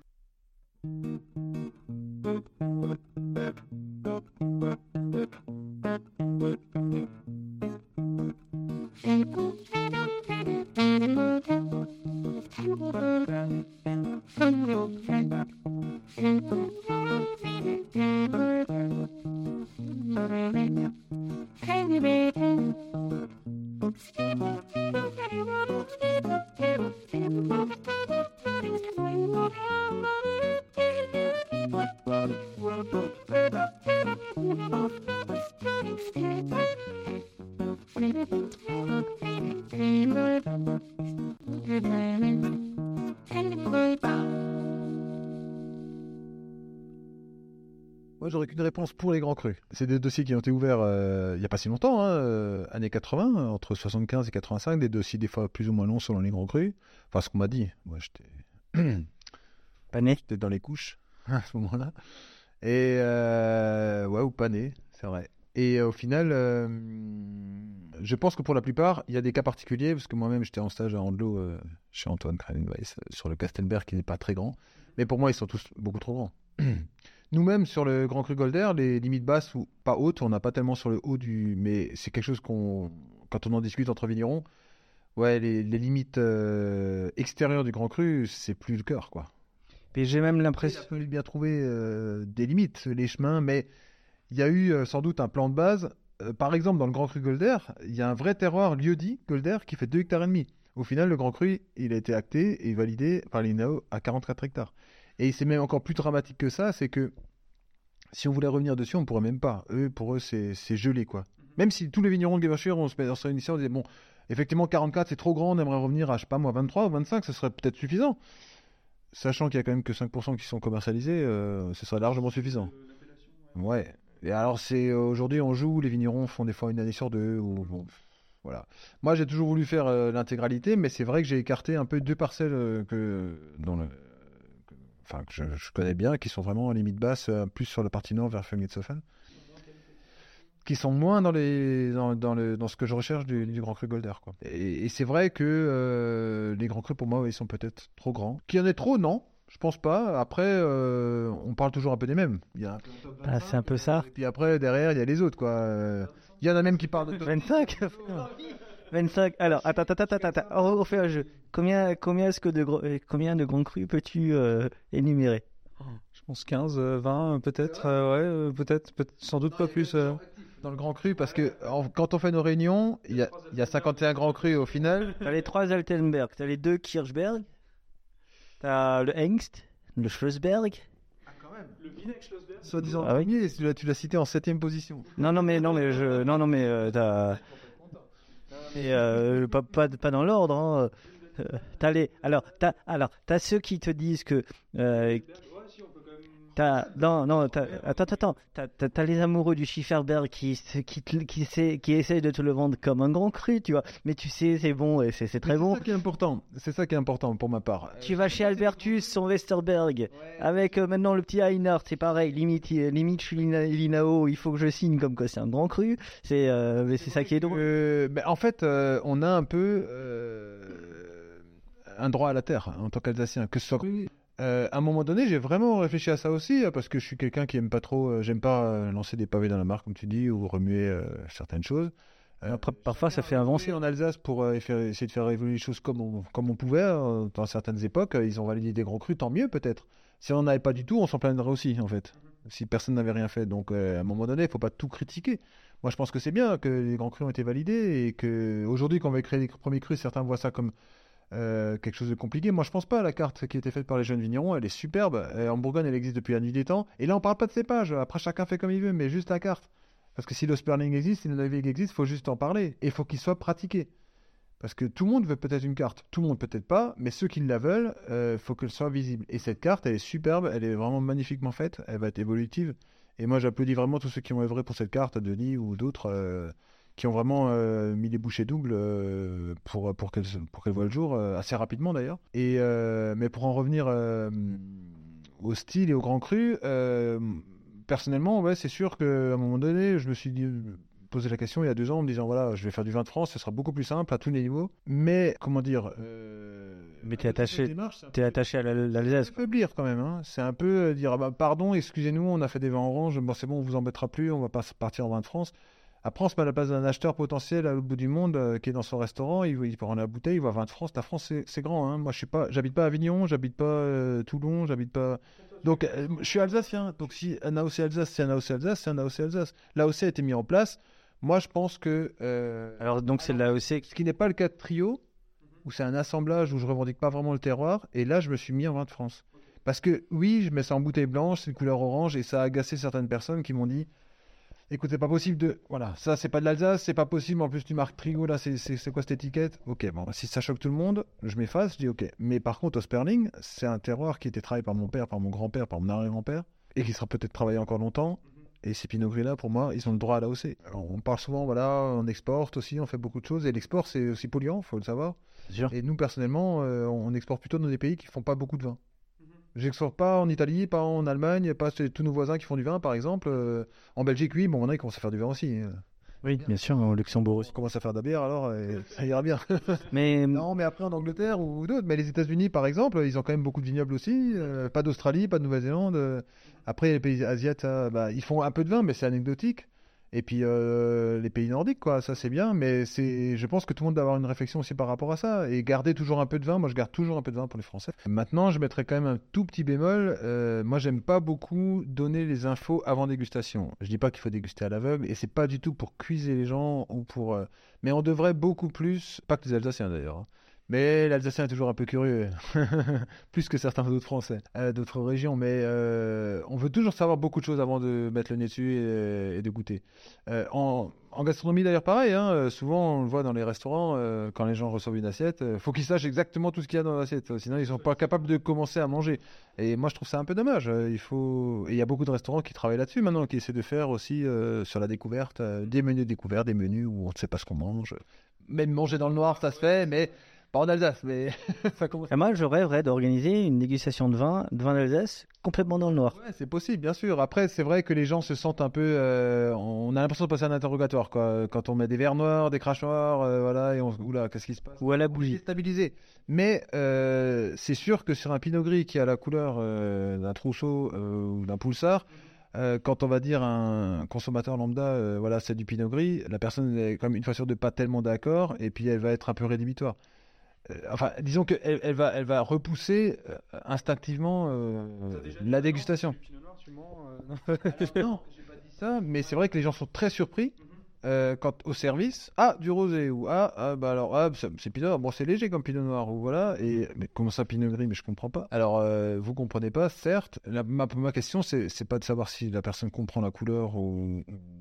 Moi, j'aurais qu'une réponse pour les grands crus. C'est des dossiers qui ont été ouverts euh, il n'y a pas si longtemps, hein, euh, années quatre-vingts, entre soixante-quinze et quatre-vingt-cinq, des dossiers des fois plus ou moins longs selon les grands crus. Enfin, ce qu'on m'a dit. Moi, j'étais... Pané. J'étais dans les couches à ce moment-là. Et euh... ouais, ou pané, c'est vrai. Et euh, au final, euh, je pense que pour la plupart, il y a des cas particuliers, parce que moi-même, j'étais en stage à Andelot euh, chez Antoine Kralenweiss, sur le Castelberg, qui n'est pas très grand. Mais pour moi, ils sont tous beaucoup trop grands. Nous-mêmes, sur le Grand Cru Golder, les limites basses ou pas hautes, on n'a pas tellement sur le haut du... Mais c'est quelque chose qu'on... Quand on en discute entre vignerons, ouais, les, les limites euh, extérieures du Grand Cru, c'est plus le cœur, quoi. Et j'ai même l'impression... Il a fallu bien trouver euh, des limites, les chemins, mais il y a eu euh, sans doute un plan de base. Euh, par exemple, dans le Grand Cru Golder, il y a un vrai terroir lieu-dit, Golder, qui fait deux hectares et demi. Au final, le Grand Cru, il a été acté et validé par l'I N A O à quarante-quatre hectares. Et c'est même encore plus dramatique que ça, c'est que si on voulait revenir dessus, on ne pourrait même pas. Eux, pour eux, c'est, c'est gelé, quoi. Même si tous les vignerons de Geberschur, on se met dans cette émission, on disait, bon, effectivement, quarante-quatre, c'est trop grand, on aimerait revenir à, je sais pas moi, vingt-trois ou vingt-cinq, ça serait peut-être suffisant. Sachant qu'il y a quand même que cinq pour cent qui sont commercialisés, euh, ce serait largement suffisant. Ouais. Et alors, c'est aujourd'hui, on joue, les vignerons font des fois une année sur deux, ou bon... Voilà. Moi, j'ai toujours voulu faire euh, l'intégralité, mais c'est vrai que j'ai écarté un peu deux parcelles euh, que, dans le, que, enfin, que je, je connais bien, qui sont vraiment à limite basse, euh, plus sur la partie nord vers Fengetsofen, qui sont moins dans, les, dans, dans, le, dans ce que je recherche du, du Grand Cru Golder, quoi. Et, et c'est vrai que euh, les Grands Crus, pour moi, ils sont peut-être trop grands. Qu'il y en ait trop, non. Je pense pas. Après, euh, on parle toujours un peu des mêmes. Il y a un peu ah, c'est un peu ça. Et puis après, derrière, il y a les autres, quoi. Euh, Il y en a même qui parlent de... vingt-cinq vingt-cinq Alors, attends, attends, attends, attends. On refait un jeu. Combien, combien, est-ce que de, gros, combien de grands crus peux-tu euh, énumérer? Je pense quinze, vingt, peut-être. Euh, ouais, peut-être, peut sans doute pas plus. Euh... Dans le grand cru, parce que en, quand on fait nos réunions, il y a, y a cinquante et un grands crus au final. T'as les trois Altenberg, t'as les deux Kirchberg, t'as le Hengst, le Schlossberg. Le Vinex Schlossberg, soi-disant ah, premier, oui. tu, l'as, tu l'as cité en septième position. Non, non, mais non, mais je, non, non, mais euh, t'as, mais euh, pas, pas, pas dans l'ordre. Hein. Euh, t'as les, alors, t'as, alors, t'as ceux qui te disent que. Euh, T'as, non, non, t'as, attends, attends, t'as, t'as, t'as les amoureux du Schifferberg qui, se- qui, te- qui, sait- qui essayent de te le vendre comme un grand cru, tu vois. Mais tu sais, c'est bon, et c'est, c'est très Mais bon. C'est ça qui est important. C'est ça qui est important pour ma part. Tu vas chez Albertus, son Westerberg, avec euh, maintenant le petit Einhardt, c'est pareil, limite, euh, limite, je suis Lina- Linao, il faut que je signe comme quoi c'est un grand cru. C'est, euh, mais c'est ça qui est drôle. Euh, mais en fait, euh, on a un peu euh, un droit à la terre hein, en tant qu'Alsacien, que ce soit. Euh, à un moment donné, j'ai vraiment réfléchi à ça aussi, hein, parce que je suis quelqu'un qui aime pas trop, euh, j'aime pas euh, lancer des pavés dans la mare, comme tu dis, ou remuer euh, certaines choses. Euh, Après, parfois, ça fait avancer. en Alsace pour euh, faire- essayer de faire évoluer les choses comme on, comme on pouvait euh, dans certaines époques. euh, Ils ont validé des grands crus, tant mieux peut-être. Si on n'en avait pas du tout, on s'en plaindrait aussi en fait. Si personne n'avait rien fait. Donc euh, à un moment donné, il faut pas tout critiquer. Moi, je pense que c'est bien que les grands crus ont été validés et que aujourd'hui, quand on va créer les premiers crus, certains voient ça comme euh, quelque chose de compliqué. Moi, je pense pas. La carte qui a été faite par les jeunes vignerons, elle est superbe. Euh, en Bourgogne, elle existe depuis la nuit des temps. Et là, on parle pas de cépage. Après, chacun fait comme il veut, mais juste la carte. Parce que si le Sperling existe, si le Neuweg existe, il faut juste en parler. Et il faut qu'il soit pratiqué. Parce que tout le monde veut peut-être une carte. Tout le monde peut-être pas, mais ceux qui la veulent, il euh, faut qu'elle soit visible. Et cette carte, elle est superbe. Elle est vraiment magnifiquement faite. Elle va être évolutive. Et moi, j'applaudis vraiment tous ceux qui ont œuvré pour cette carte, Denis ou d'autres, euh, qui ont vraiment euh, mis les bouchées doubles euh, pour, pour qu'elle pour qu'elle voie le jour, euh, assez rapidement d'ailleurs. Et, euh, mais pour en revenir euh, au style et au grand cru, euh, personnellement, ouais, c'est sûr qu'à un moment donné, je me suis dit, posé la question il y a deux ans en me disant, voilà, je vais faire du vin de France, ce sera beaucoup plus simple à tous les niveaux. Mais, comment dire... Euh, Mais t'es attaché, t'es attaché à la- l'Alsace. C'est affaiblir quand même. Hein. C'est un peu euh, dire ah bah, pardon, excusez-nous, on a fait des vins orange, bon, c'est bon, on vous embêtera plus, on va pas partir en vin de France. Après, on se met à la place d'un acheteur potentiel à l'autre bout du monde euh, qui est dans son restaurant, il, il prend la bouteille, il voit vin de France. La France, c'est, c'est grand. Hein. Moi, je suis pas, j'habite pas à Avignon, j'habite pas euh, Toulon, j'habite pas. Donc, euh, je suis alsacien. Donc, si un A O C Alsace, c'est un A O C Alsace, c'est un A O C Alsace. L'A O C a été mis en place. Moi, je pense que. Euh... Alors, donc, c'est l'A O C. Ce qui n'est pas le cas de Trio, où c'est un assemblage où je revendique pas vraiment le terroir. Et là, je me suis mis en vin de France. Parce que, oui, je mets ça en bouteille blanche, c'est une couleur orange, et ça a agacé certaines personnes qui m'ont dit écoute, c'est pas possible de. Voilà, ça, c'est pas de l'Alsace, c'est pas possible. En plus, tu marques Trio, là, c'est, c'est, c'est quoi cette étiquette? Ok, bon, si ça choque tout le monde, je m'efface, je dis ok. Mais par contre, au Sperling, c'est un terroir qui a été travaillé par mon père, par mon grand-père, par mon arrière-grand-père, et qui sera peut-être travaillé encore longtemps. Et ces Pinot Gris-là, pour moi, ils ont le droit à l'A O C. Alors, on parle souvent, voilà, on exporte aussi, on fait beaucoup de choses. Et l'export, c'est aussi polluant, il faut le savoir. Sûr. Et nous, personnellement, euh, on exporte plutôt dans des pays qui font pas beaucoup de vin. J'exporte pas en Italie, pas en Allemagne, pas chez tous nos voisins qui font du vin, par exemple. Euh, en Belgique, oui, bon, maintenant, ils commencent à faire du vin aussi. Oui, bien sûr, au Luxembourg aussi. On commence à faire de la bière, alors et ça ira bien. Mais non, mais après en Angleterre ou d'autres, mais les États-Unis, par exemple, ils ont quand même beaucoup de vignobles aussi. Euh, pas d'Australie, pas de Nouvelle-Zélande. Euh, après, les pays asiatiques, ça, bah, ils font un peu de vin, mais c'est anecdotique. Et puis euh, les pays nordiques, quoi, ça c'est bien, mais c'est, je pense que tout le monde doit avoir une réflexion aussi par rapport à ça et garder toujours un peu de vin. Moi, je garde toujours un peu de vin pour les Français. Maintenant, je mettrais quand même un tout petit bémol. Euh, moi, j'aime pas beaucoup donner les infos avant dégustation. Je dis pas qu'il faut déguster à l'aveugle, et c'est pas du tout pour cuiser les gens ou pour. Euh... Mais on devrait beaucoup plus, pas que les Alsaciens d'ailleurs. Hein. Mais l'Alsacien est toujours un peu curieux, plus que certains autres Français, euh, d'autres régions. Mais euh, on veut toujours savoir beaucoup de choses avant de mettre le nez dessus et, et de goûter. Euh, en, en gastronomie d'ailleurs, pareil. Hein, souvent, on le voit dans les restaurants, euh, quand les gens reçoivent une assiette, il euh, faut qu'ils sachent exactement tout ce qu'il y a dans l'assiette. Sinon, ils ne sont pas capables de commencer à manger. Et moi, je trouve ça un peu dommage. Il faut... Et il y a beaucoup de restaurants qui travaillent là-dessus maintenant, qui essaient de faire aussi euh, sur la découverte, euh, des menus découverts, des menus où on ne sait pas ce qu'on mange. Même manger dans le noir, ça se fait, mais... Pas en Alsace, mais ça commence. Et moi, je rêverais d'organiser une dégustation de vin, de vin d'Alsace, complètement dans le noir. Ouais, c'est possible, bien sûr. Après, c'est vrai que les gens se sentent un peu. Euh, on a l'impression de passer un interrogatoire, quoi. Quand on met des verres noirs, des crachs noirs, euh, voilà, et on se. Oula, qu'est-ce qui se passe? Ou à la bougie. Déstabilisé. Mais euh, c'est sûr que sur un Pinot Gris qui a la couleur euh, d'un Trousseau euh, ou d'un Poulsard. Euh, quand on va dire un consommateur lambda, euh, voilà, c'est du Pinot Gris, la personne est comme une fois sur deux pas tellement d'accord, et puis elle va être un peu rédhibitoire. Enfin, disons qu'elle elle va, elle va repousser euh, instinctivement euh, la dégustation. Non, j'ai pas dit ça, mais c'est vrai que les gens sont très surpris euh, quand au service, ah, du rosé, ou ah, ah bah alors, ah, c'est, c'est Pinot Noir, bon, c'est léger comme Pinot Noir, ou voilà, et mais comment ça Pinot Gris, mais je comprends pas. Alors, euh, vous comprenez pas, certes, la, ma, ma question, c'est, c'est pas de savoir si la personne comprend la couleur ou,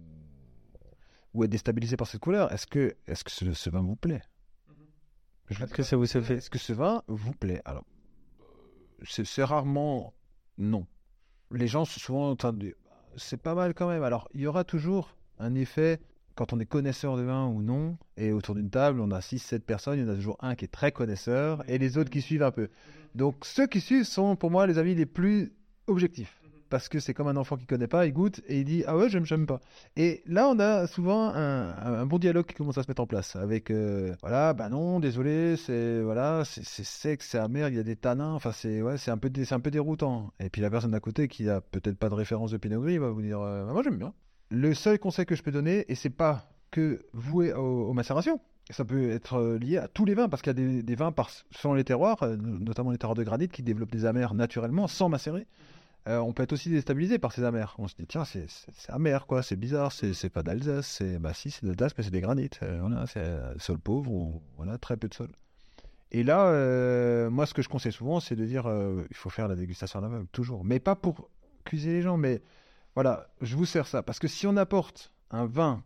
ou est déstabilisée par cette couleur, est-ce que, est-ce que ce, ce vin vous plaît? Est-ce que ça vous fait? Est-ce que ce vin vous plaît? Alors, c'est, c'est rarement non. les gens sont souvent en train de dire, c'est pas mal quand même. Alors, il y aura toujours un effet quand on est connaisseur de vin ou non, et autour d'une table, on a six sept personnes, il y en a toujours un qui est très connaisseur, et les autres qui suivent un peu. Donc, ceux qui suivent sont, pour moi, les avis les plus objectifs. Parce que c'est comme un enfant qui ne connaît pas, il goûte, et il dit « Ah ouais, j'aime, j'aime pas ». Et là, on a souvent un, un bon dialogue qui commence à se mettre en place, avec euh, « Voilà, bah non, désolé, c'est voilà, c'est, c'est sec, c'est amer, il y a des tanins, enfin, c'est, ouais, c'est, un peu, c'est un peu déroutant ». Et puis la personne d'à côté, qui a peut-être pas de référence de Pinot Gris, va vous dire euh, bah, « Moi, j'aime bien ». Le seul conseil que je peux donner, et c'est pas que voué aux, aux macérations, ça peut être lié à tous les vins, parce qu'il y a des, des vins par, selon les terroirs, notamment les terroirs de granit, qui développent des amers naturellement, sans macérer. Euh, on peut être aussi déstabilisé par ces amers. On se dit, tiens, c'est, c'est, c'est amer, quoi, c'est bizarre, c'est, c'est pas d'Alsace, c'est, bah si, c'est d'Alsace, mais c'est des granites. Euh, voilà, c'est euh, sol pauvre, ou voilà, très peu de sol. Et là, euh, moi, ce que je conseille souvent, c'est de dire, euh, il faut faire la dégustation à l'aveugle, toujours. Mais pas pour accuser les gens, mais voilà, je vous sers ça. Parce que si on apporte un vin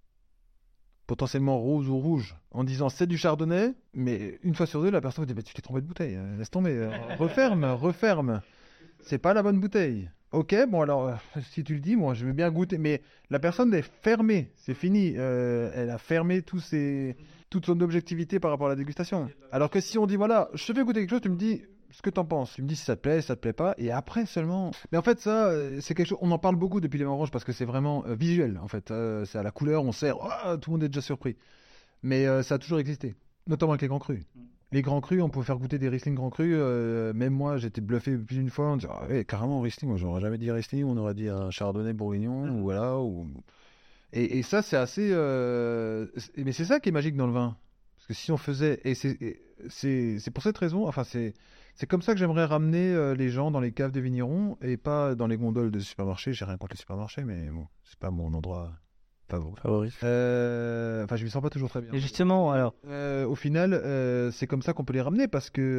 potentiellement rose ou rouge, en disant c'est du chardonnay, mais une fois sur deux, la personne vous dit, bah, tu t'es trompé de bouteille, euh, laisse tomber, euh, referme, referme. C'est pas la bonne bouteille. Ok, bon alors, euh, si tu le dis, moi je veux bien goûter, mais la personne est fermée, c'est fini. Euh, elle a fermé tous ses, toute son objectivité par rapport à la dégustation. Alors que si on dit, voilà, je te fais goûter quelque chose, tu me dis ce que t'en penses. Tu me dis si ça te plaît, si ça te plaît pas, et après seulement... Mais en fait, ça, c'est quelque chose, on en parle beaucoup depuis les vins oranges parce que c'est vraiment euh, visuel, en fait. Euh, c'est à la couleur, on sert, oh, tout le monde est déjà surpris. Mais euh, ça a toujours existé, notamment avec les grands crus. Les grands crus, on pouvait faire goûter des Riesling grands crus. Euh, même moi, j'étais bluffé plus d'une fois. On disait, ah ouais, carrément Riesling. Moi, j'aurais jamais dit Riesling. On aurait dit un Chardonnay Bourguignon. Ou voilà. Ou... Et, et ça, c'est assez. Euh... Mais c'est ça qui est magique dans le vin. Parce que si on faisait. Et c'est, et c'est, c'est pour cette raison. Enfin, c'est, c'est comme ça que j'aimerais ramener euh, les gens dans les caves des vignerons et pas dans les gondoles de supermarchés. J'ai rien contre les supermarchés, mais bon, c'est pas mon endroit. Favori. Euh, enfin, je m'y sens pas toujours très bien. Et justement, alors. Euh, au final, euh, c'est comme ça qu'on peut les ramener parce que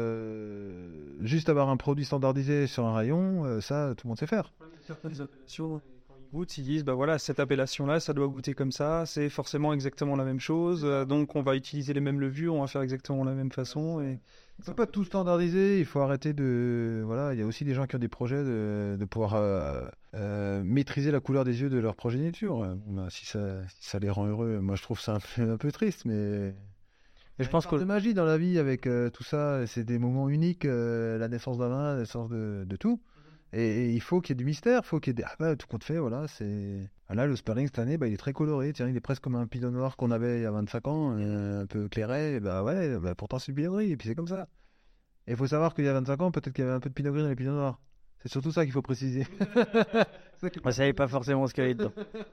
euh, juste avoir un produit standardisé sur un rayon, euh, ça, tout le monde sait faire. Certaines appellations, quand ils goûtent, ils disent bah voilà, cette appellation-là, ça doit goûter comme ça, c'est forcément exactement la même chose, euh, donc on va utiliser les mêmes levures, on va faire exactement la même façon. Et... Il ne faut pas tout standardiser, il faut arrêter de... Voilà, il y a aussi des gens qui ont des projets de, de pouvoir euh, euh, maîtriser la couleur des yeux de leur progéniture. Euh, bah, si, ça, si ça les rend heureux, moi je trouve ça un peu, un peu triste, mais... Et je pense qu'il y a de magie dans la vie avec euh, tout ça, c'est des moments uniques, euh, la naissance d'un vin, la naissance de, de tout. Et, et il faut qu'il y ait du mystère, il faut qu'il y ait des... Ah bah, tout compte fait, voilà, c'est... Là, le Sperling, cette année, bah, il est très coloré. Tiens, il est presque comme un pinot noir qu'on avait il y a vingt-cinq ans, euh, un peu clairé. Et bah ouais, bah, pourtant c'est du pinot gris, et puis c'est comme ça. Et il faut savoir qu'il y a vingt-cinq ans, peut-être qu'il y avait un peu de pinot gris dans les pinots noirs. C'est surtout ça qu'il faut préciser. Moi, je savais pas forcément ce qu'il y avait dedans.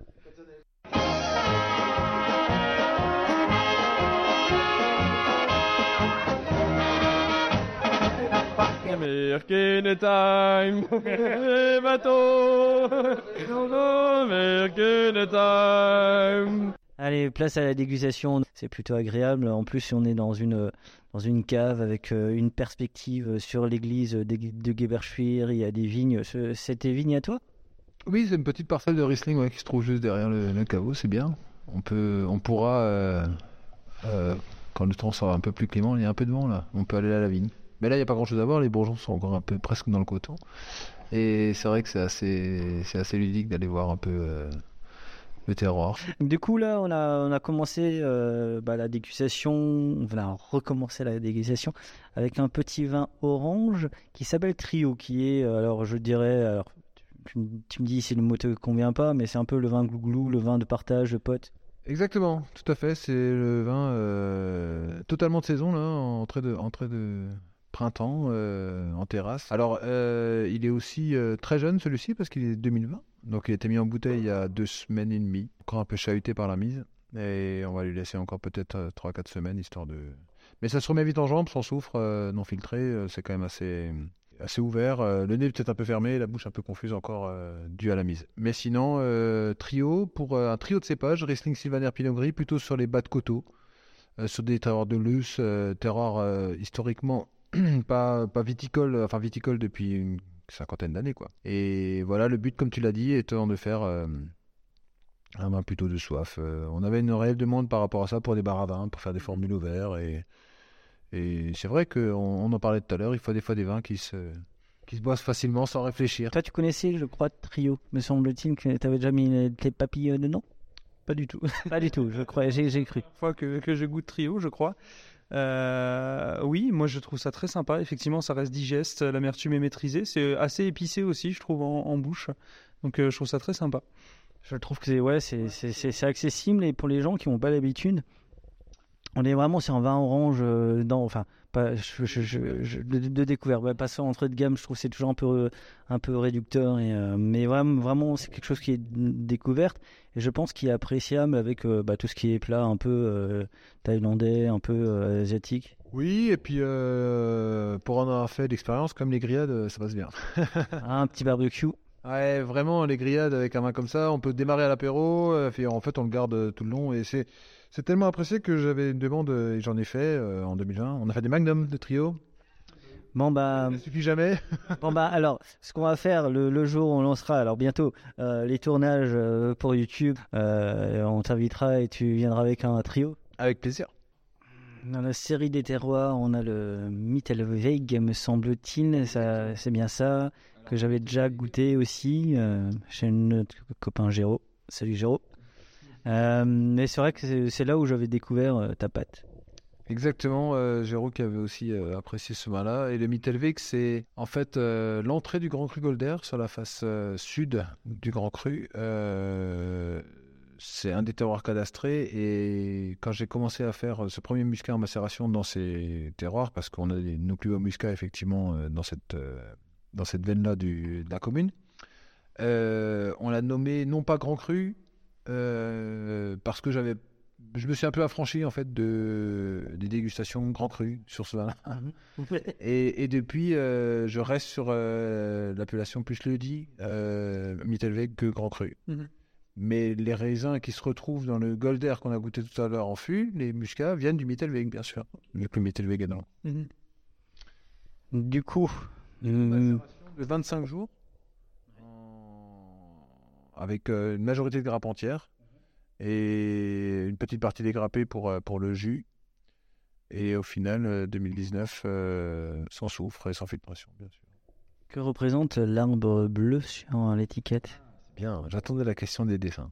American time, bateau, American time. Allez, place à la dégustation. C'est plutôt agréable. En plus, si on est dans une dans une cave avec une perspective sur l'église de, de Geberschwir, il y a des vignes. C'est tes vignes à toi ? Oui, c'est une petite parcelle de Riesling ouais, qui se trouve juste derrière le, le caveau. C'est bien. On peut, on pourra, euh, euh, quand le temps sera un peu plus clément, il y a un peu de vent là. On peut aller à la vigne. Mais là, il n'y a pas grand-chose à voir. Les bourgeons sont encore un peu presque dans le coton. Et c'est vrai que c'est assez, c'est assez ludique d'aller voir un peu euh, le terroir. Du coup, là, on a, on a commencé euh, bah, la dégustation. On va recommencer la dégustation avec un petit vin orange qui s'appelle Trio, qui est, alors je dirais, alors tu, tu me dis si le mot te convient pas, mais c'est un peu le vin glouglou, le vin de partage, de potes. Exactement, tout à fait. C'est le vin euh, totalement de saison là, entrée de, entrée de printemps euh, en terrasse. Alors, euh, il est aussi euh, très jeune celui-ci parce qu'il est deux mille vingt. Donc, il a été mis en bouteille il y a deux semaines et demie. Encore un peu chahuté par la mise. Et on va lui laisser encore peut-être euh, trois à quatre semaines histoire de. Mais ça se remet vite en jambes, sans soufre, euh, non filtré. Euh, c'est quand même assez. assez ouvert, euh, le nez peut-être un peu fermé, la bouche un peu confuse encore euh, due à la mise. Mais sinon, euh, trio, pour euh, un trio de cépages, Riesling Sylvaner Pinot Gris, plutôt sur les bas de coteaux, euh, sur des terroirs de Luce, euh, terroirs euh, historiquement pas, pas viticoles, enfin viticoles depuis une cinquantaine d'années, quoi. Et voilà, le but, comme tu l'as dit, étant de faire euh, un vin plutôt de soif. Euh, on avait une réelle demande par rapport à ça pour des bars à vin, pour faire des formules au verre et... Et c'est vrai qu'on on en parlait tout à l'heure, il faut des fois des vins qui se, qui se boivent facilement sans réfléchir. Toi, tu connaissais, je crois, Trio, me semble-t-il, que tu avais déjà mis tes papilles dedans? Pas du tout. Pas du tout, je crois, j'ai, j'ai cru. La fois que, que je goûte Trio, je crois. Euh, oui, moi je trouve ça très sympa. Effectivement, ça reste digeste, l'amertume est maîtrisée. C'est assez épicé aussi, je trouve, en, en bouche. Donc euh, je trouve ça très sympa. Je trouve que c'est, ouais, c'est, c'est, c'est, c'est accessible et pour les gens qui n'ont pas l'habitude, on est vraiment sur un vin orange euh, dans, enfin, pas, je, je, je, je, de, de découverte. Ouais, passer en entrée de gamme, je trouve que c'est toujours un peu, un peu réducteur. Et, euh, mais vraiment, vraiment, c'est quelque chose qui est découverte et je pense qu'il est appréciable avec euh, bah, tout ce qui est plat un peu euh, thaïlandais, un peu euh, asiatique. Oui, et puis euh, pour en avoir fait d'expérience, comme les grillades, ça passe bien. Un petit barbecue. Ouais, vraiment, les grillades avec un vin comme ça, on peut démarrer à l'apéro, euh, et en fait on le garde tout le long et c'est, c'est tellement apprécié que j'avais une demande et j'en ai fait euh, en deux mille vingt. On a fait des magnums de Trio. Bon bah, ça ne suffit jamais. Bon bah alors, ce qu'on va faire le, le jour où on lancera, alors bientôt, euh, les tournages euh, pour YouTube, euh, on t'invitera et tu viendras avec un Trio. Avec plaisir. Dans la série des terroirs, on a le Mittelweg, me semble-t-il, ça, c'est bien ça, que j'avais déjà goûté aussi euh, chez notre copain Géraud. Salut Géraud. Euh, mais c'est vrai que c'est, c'est là où j'avais découvert euh, ta pâte. Exactement, euh, Géraud qui avait aussi euh, apprécié ce vin-là. Et le Mittelweg, c'est en fait euh, l'entrée du Grand Cru Golder sur la face euh, sud du Grand Cru. Euh, c'est un des terroirs cadastrés. Et quand j'ai commencé à faire ce premier muscat en macération dans ces terroirs, parce qu'on a des nucléo muscat effectivement euh, dans cette, euh, dans cette veine-là du, de la commune, euh, on l'a nommé non pas Grand Cru, euh, parce que j'avais je me suis un peu affranchi en fait de des dégustations Grand Cru sur ce vin-là. et, et depuis, euh, je reste sur euh, l'appellation plus le dit euh, Mittelweg que Grand Cru. Mm-hmm. Mais les raisins qui se retrouvent dans le Golder qu'on a goûté tout à l'heure en fût, les muscats viennent du Mittelweg bien sûr. Le plus Mittelweg est dans. Mm-hmm. Du coup, une macération de vingt-cinq jours en... avec euh, une majorité de grappes entières. Et une petite partie dégrappée pour, pour le jus. Et au final, deux mille dix-neuf, euh, sans soufre et sans filtration, bien sûr. Que représente l'arbre bleu sur l'étiquette? C'est bien, j'attendais la question des dessins.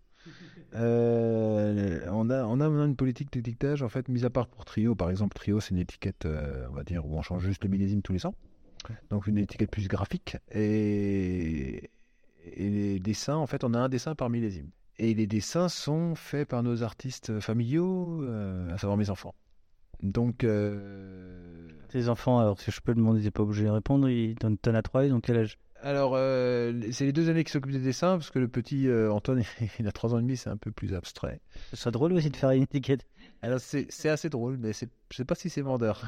euh, on, a, on a maintenant une politique d'étiquetage, en fait, mis à part pour Trio. Par exemple, Trio, c'est une étiquette, euh, on va dire, où on change juste le millésime tous les ans. Donc une étiquette plus graphique. Et, et les dessins, en fait, on a un dessin par millésime. Et les dessins sont faits par nos artistes familiaux, euh, à savoir mes enfants. Donc... Euh... Tes enfants, alors si je peux demander, t'es pas obligé de répondre, ils t'en, t'en as trois, ils ont quel âge? Alors, euh, c'est les deux années qui s'occupent des dessins, parce que le petit euh, Antoine, il a trois ans et demi, c'est un peu plus abstrait. Ce serait drôle aussi de faire une étiquette. Alors, c'est, c'est assez drôle, mais c'est, je sais pas si c'est vendeur.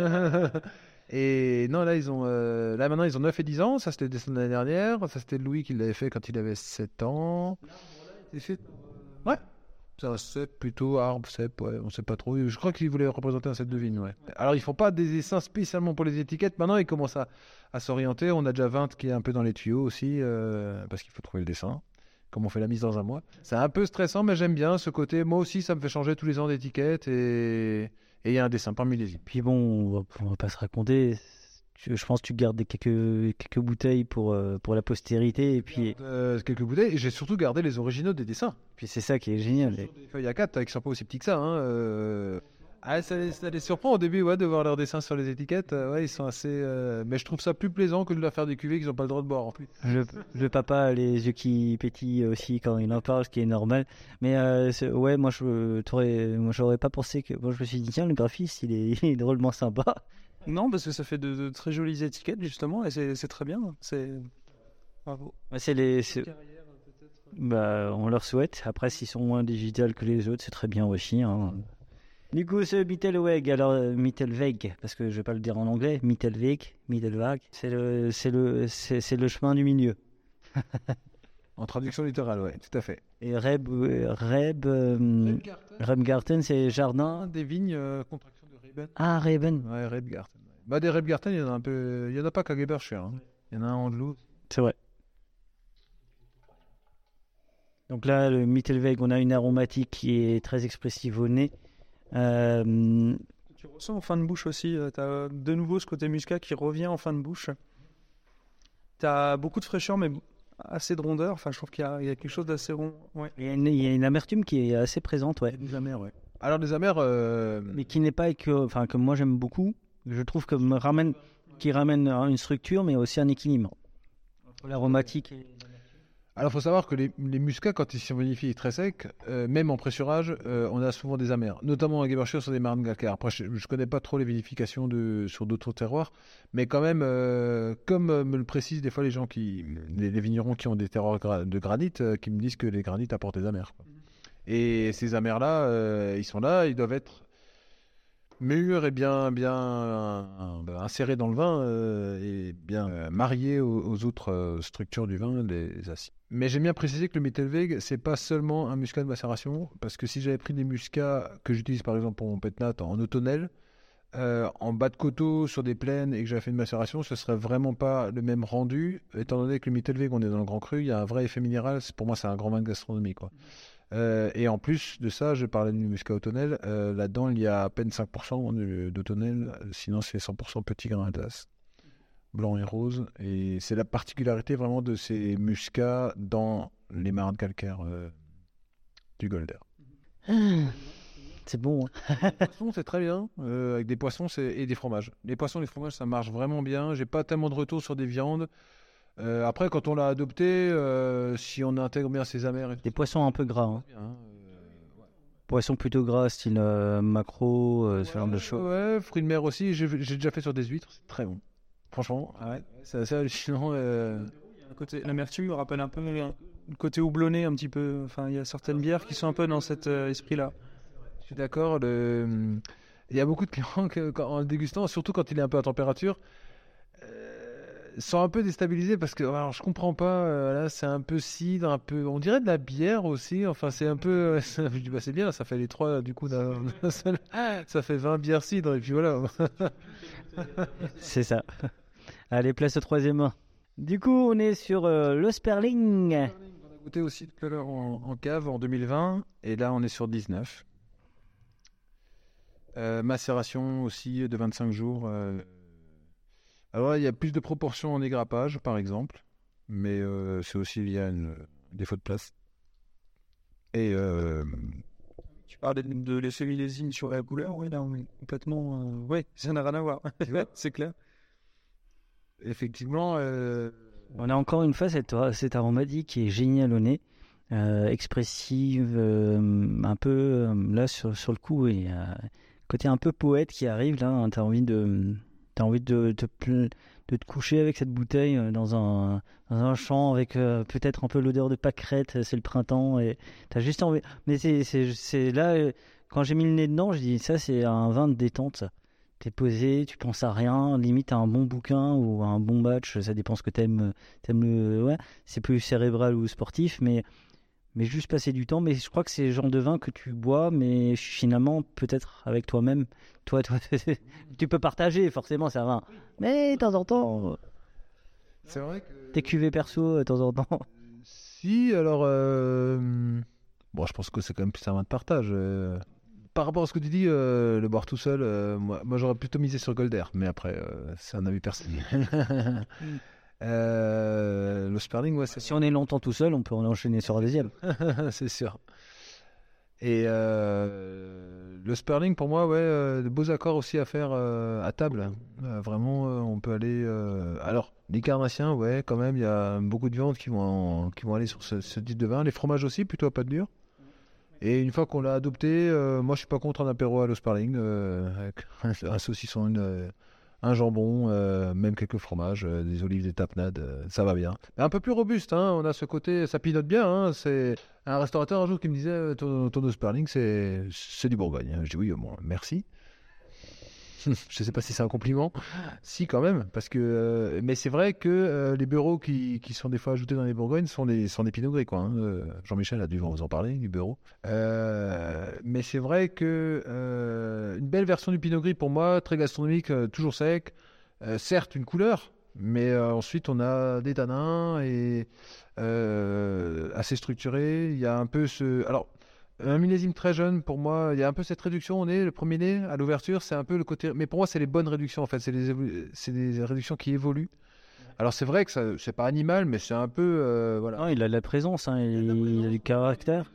Et non, là, ils ont, euh, là, maintenant, ils ont neuf et dix ans, ça c'était le dessin de l'année dernière, ça c'était Louis qui l'avait fait quand il avait sept ans. C'est fait... Ouais, c'est un cep plutôt, arbre, cep, ouais, on sait pas trop. Je crois qu'ils voulaient représenter un cep de vigne, ouais. Alors ils font pas des dessins spécialement pour les étiquettes, maintenant ils commencent à, à s'orienter. On a déjà vingt qui est un peu dans les tuyaux aussi, euh, parce qu'il faut trouver le dessin. Comme on fait la mise dans un mois. C'est un peu stressant, mais j'aime bien ce côté. Moi aussi, ça me fait changer tous les ans d'étiquette et il y a un dessin par millésime. Puis bon, on va, on va pas se raconter. Je pense que tu gardes des quelques, quelques bouteilles pour, euh, pour la postérité. Et puis... Euh, quelques bouteilles, et j'ai surtout gardé les originaux des dessins. Puis c'est ça qui est génial. Des feuilles A quatre qui sont pas aussi petits que ça. Hein, euh... ah, ça, les, ça les surprend au début ouais, de voir leurs dessins sur les étiquettes. Euh, ouais, ils sont assez. Euh... Mais je trouve ça plus plaisant que de leur faire des cuvées qu'ils n'ont pas le droit de boire en plus. Le, le papa a les yeux qui pétillent aussi quand il en parle, ce qui est normal. Mais euh, ouais, moi je moi j'aurais pas pensé que. Moi je me suis dit, tiens, le graphiste il est, il est drôlement sympa. Non, parce que ça fait de, de très jolies étiquettes, justement, et c'est, c'est très bien. C'est... Bravo. C'est les... C'est... Bah, on leur souhaite. Après, s'ils sont moins digitales que les autres, c'est très bien aussi. Hein. Du coup, ce Mittelweg, alors Mittelweg, parce que je vais pas le dire en anglais, Mittelweg, Mittelweg, c'est le, c'est le, c'est, c'est le chemin du milieu. En traduction littérale, ouais, tout à fait. Et Reb, Reb, euh, Rebgarten, c'est jardin des vignes, euh, contraction de Reben. Ah, Reben. Ouais, Rebgarten. Bah, des Rebgarten, il y en a un peu, il y en a pas qu'à Gebercher, hein. Il y en a un en Andelot. C'est vrai. Donc là, le Mittelweg, on a une aromatique qui est très expressive au nez. Euh... Tu ressens en fin de bouche aussi, tu as de nouveau ce côté muscat qui revient en fin de bouche. T'as beaucoup de fraîcheur, mais assez de rondeur. Enfin, je trouve qu'il y a, il y a quelque chose d'assez rond. Ouais. Il y a une, il y a une amertume qui est assez présente, ouais. Des amers, ouais. Alors des amers, euh... mais qui n'est pas que, enfin, que moi j'aime beaucoup. Je trouve que me ramène, qui ramène une structure, mais aussi un équilibre entre l'aromatique et... Alors, il faut savoir que les, les muscats, quand ils sont vinifiés très secs, euh, même en pressurage, euh, on a souvent des amers, notamment à Geberschur sur des marnes calcaires. Après, je ne connais pas trop les vinifications de, sur d'autres terroirs, mais quand même, euh, comme euh, me le précisent des fois les gens qui, les, les vignerons qui ont des terroirs gra- de granit, euh, qui me disent que les granites apportent des amers, quoi. Et ces amers-là, euh, ils sont là, ils doivent être mûrs et bien, bien euh, insérés dans le vin euh, et bien euh, mariés aux, aux autres euh, structures du vin, les acides. Mais j'aime bien préciser que le Mittelweg, c'est pas seulement un muscat de macération, parce que si j'avais pris des muscats que j'utilise par exemple pour mon pétnat en automnel, euh, en bas de coteau, sur des plaines, et que j'avais fait une macération, ce serait vraiment pas le même rendu, étant donné que le Mittelweg, on est dans le Grand Cru, il y a un vrai effet minéral, pour moi c'est un grand vin de gastronomie, quoi. Euh, et en plus de ça, je parlais du muscat automnel, euh, là-dedans il y a à peine cinq pour cent d'automnel, sinon c'est cent pour cent petit grain d'Alsace, blanc et rose, et c'est la particularité vraiment de ces muscats dans les marnes calcaires euh, du Golder. C'est bon, hein. Les poissons, c'est très bien, euh, avec des poissons c'est... et des fromages. Les poissons et les fromages, ça marche vraiment bien, j'ai pas tellement de retour sur des viandes. Euh, après, quand on l'a adopté, euh, si on intègre bien ses amers... Et... Des poissons un peu gras. Hein. Bien, euh, ouais. Poissons plutôt gras, style euh, maquereau, euh, ouais, ce genre de choses. Ouais, fruits de mer aussi. J'ai, j'ai déjà fait sur des huîtres, c'est très bon. Franchement, ah ouais, c'est assez hallucinant. Euh... Côté, l'amertume me rappelle un peu le côté houblonné, un petit peu. Enfin, il y a certaines bières qui sont un peu dans cet euh, esprit-là. Je suis d'accord. Le... Il y a beaucoup de clients que, quand, en le dégustant, surtout quand il est un peu à température, sont un peu déstabilisés parce que alors je comprends pas, euh, là c'est un peu cidre, un peu, on dirait de la bière aussi, enfin c'est un peu, je dis bah c'est bien, ça fait les trois du coup d'un, d'un seul, ça fait vingt bières cidre et puis voilà. C'est ça. Allez, place au troisième vin. Du coup on est sur euh, le Sperling. On a goûté aussi tout à l'heure en, en cave en deux mille vingt et là on est sur dix-neuf. Euh, macération aussi de vingt-cinq jours. Euh... Alors il y a plus de proportions en égrappage, par exemple, mais euh, c'est aussi lié à une, un défaut de place. Et euh... tu parles de, de l'effet millésime sur la couleur, oui, là on est complètement, euh... ouais, ça n'a rien à voir, c'est clair. Effectivement, euh... on a encore une fois cette, cette aromatique qui est géniale au nez, euh, expressive, euh, un peu euh, là sur, sur le coup, et euh, côté un peu poète qui arrive là, hein, t'as envie de T'as envie de te, de te coucher avec cette bouteille dans un, dans un champ avec euh, peut-être un peu l'odeur de pâquerette, c'est le printemps, et t'as juste envie. Mais c'est, c'est, c'est là, euh, quand j'ai mis le nez dedans, je dis ça, c'est un vin de détente. Ça. T'es posé, tu penses à rien, limite à un bon bouquin ou à un bon match, ça dépend ce que t'aimes. T'aimes le, ouais, c'est plus cérébral ou sportif, mais. Mais juste passer du temps. Mais je crois que c'est le genre de vin que tu bois, mais finalement, peut-être avec toi-même. Toi, toi, tu peux partager, forcément, c'est un vin. Mais de temps en temps, c'est vrai que... tes cuvées perso, de temps en temps. Si, alors... Euh... Bon, je pense que c'est quand même plus un vin de partage. Euh... Par rapport à ce que tu dis, euh, le boire tout seul, euh, moi, moi, j'aurais plutôt misé sur Golder. Mais après, euh, c'est un avis personnel. Euh, le Sperling, ouais, c'est... Si on est longtemps tout seul, on peut en enchaîner sur un deuxième. C'est sûr. Et euh, le Sperling, pour moi, ouais, euh, de beaux accords aussi à faire euh, à table. Euh, vraiment, euh, on peut aller. Euh... Alors, les carnassiens, ouais, quand même, il y a beaucoup de viandes qui vont, en... qui vont aller sur ce, ce type de vin. Les fromages aussi, plutôt à pâte dure. Et une fois qu'on l'a adopté, euh, moi, je suis pas contre un apéro à le Sperling, euh, avec un saucisson, une. Euh... un jambon, euh, même quelques fromages, euh, des olives, des tapenades, euh, ça va bien. Mais un peu plus robuste, hein, on a ce côté, ça pilote bien. Hein, c'est un restaurateur un jour qui me disait ton, ton Sperling, c'est, c'est du Bourgogne. Je dis oui, bon, merci. Je sais pas si c'est un compliment. Si, quand même, parce que. Euh, mais c'est vrai que euh, les bureaux qui, qui sont des fois ajoutés dans les Bourgognes sont des, sont des Pinot Gris, quoi. Hein. Euh, Jean-Michel a dû vous en parler, du bureau. Euh, mais c'est vrai que euh, une belle version du Pinot Gris, pour moi, très gastronomique, euh, toujours sec. Euh, certes, une couleur, mais euh, ensuite, on a des tanins et euh, assez structuré. Il y a un peu ce. Alors. Un millésime très jeune, pour moi, il y a un peu cette réduction. On est le premier nez à l'ouverture, c'est un peu le côté. Mais pour moi, c'est les bonnes réductions en fait. C'est les, évolu... c'est des réductions qui évoluent. Alors c'est vrai que ça, c'est pas animal, mais c'est un peu, euh, voilà. Non, il a de la présence, hein, il, il a du caractère.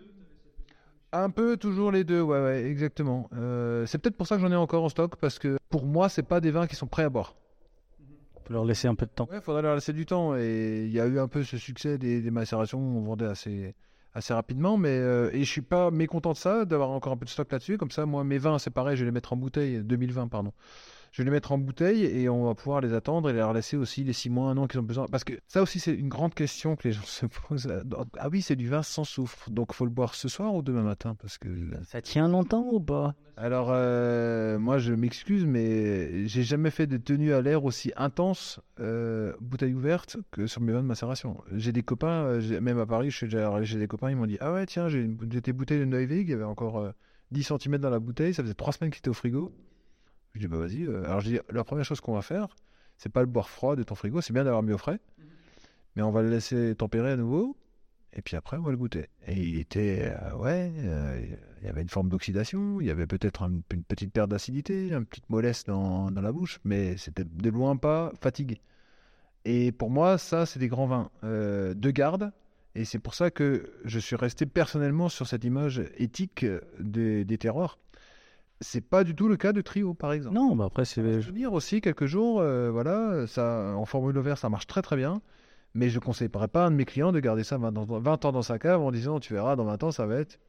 Un peu toujours les deux, ouais, ouais, exactement. Euh, c'est peut-être pour ça que j'en ai encore en stock, parce que pour moi, c'est pas des vins qui sont prêts à boire. Faut leur laisser un peu de temps. Ouais, faudrait leur laisser du temps. Et il y a eu un peu ce succès des, des macérations, on vendait assez, assez rapidement, mais euh, et je suis pas mécontent de ça, d'avoir encore un peu de stock là-dessus. Comme ça, moi, mes vins, c'est pareil, je vais les mettre en bouteille, deux mille vingt, pardon. Je vais les mettre en bouteille et on va pouvoir les attendre et leur laisser aussi les six mois, un an qu'ils ont besoin. Parce que ça aussi, c'est une grande question que les gens se posent. Ah oui, c'est du vin sans soufre. Donc, il faut le boire ce soir ou demain matin parce que... Ça tient longtemps ou pas? Alors, euh, moi, je m'excuse, mais j'ai jamais fait de tenue à l'air aussi intense, euh, bouteille ouverte, que sur mes vins de macération. J'ai des copains, euh, j'ai- même à Paris, je suis déjà allé chez des copains, ils m'ont dit « Ah ouais, tiens, j'ai une j'ai tes bouteilles de Neuweg, il y avait encore euh, dix centimètres dans la bouteille, ça faisait trois semaines que c'était au frigo. » Je dis bah vas-y. euh. Alors je dis la première chose qu'on va faire, c'est pas le boire froid de ton frigo, c'est bien d'avoir mis au frais, mais on va le laisser tempérer à nouveau, et puis après on va le goûter. Et il était euh, ouais, euh, il y avait une forme d'oxydation, il y avait peut-être un- une petite perte d'acidité, une petite mollesse dans, dans la bouche, mais c'était de loin pas fatigué. Et pour moi, ça c'est des grands vins euh, de garde. Et c'est pour ça que je suis resté personnellement sur cette image éthique des, des terroirs. C'est pas du tout le cas de Trio, par exemple. Non, bah après, c'est. Je veux dire aussi, quelques jours, euh, voilà, ça, en formule au verre, ça marche très très bien. Mais je ne conseillerais pas à un de mes clients de garder ça vingt ans, vingt ans dans sa cave en disant, tu verras, dans vingt ans, ça va être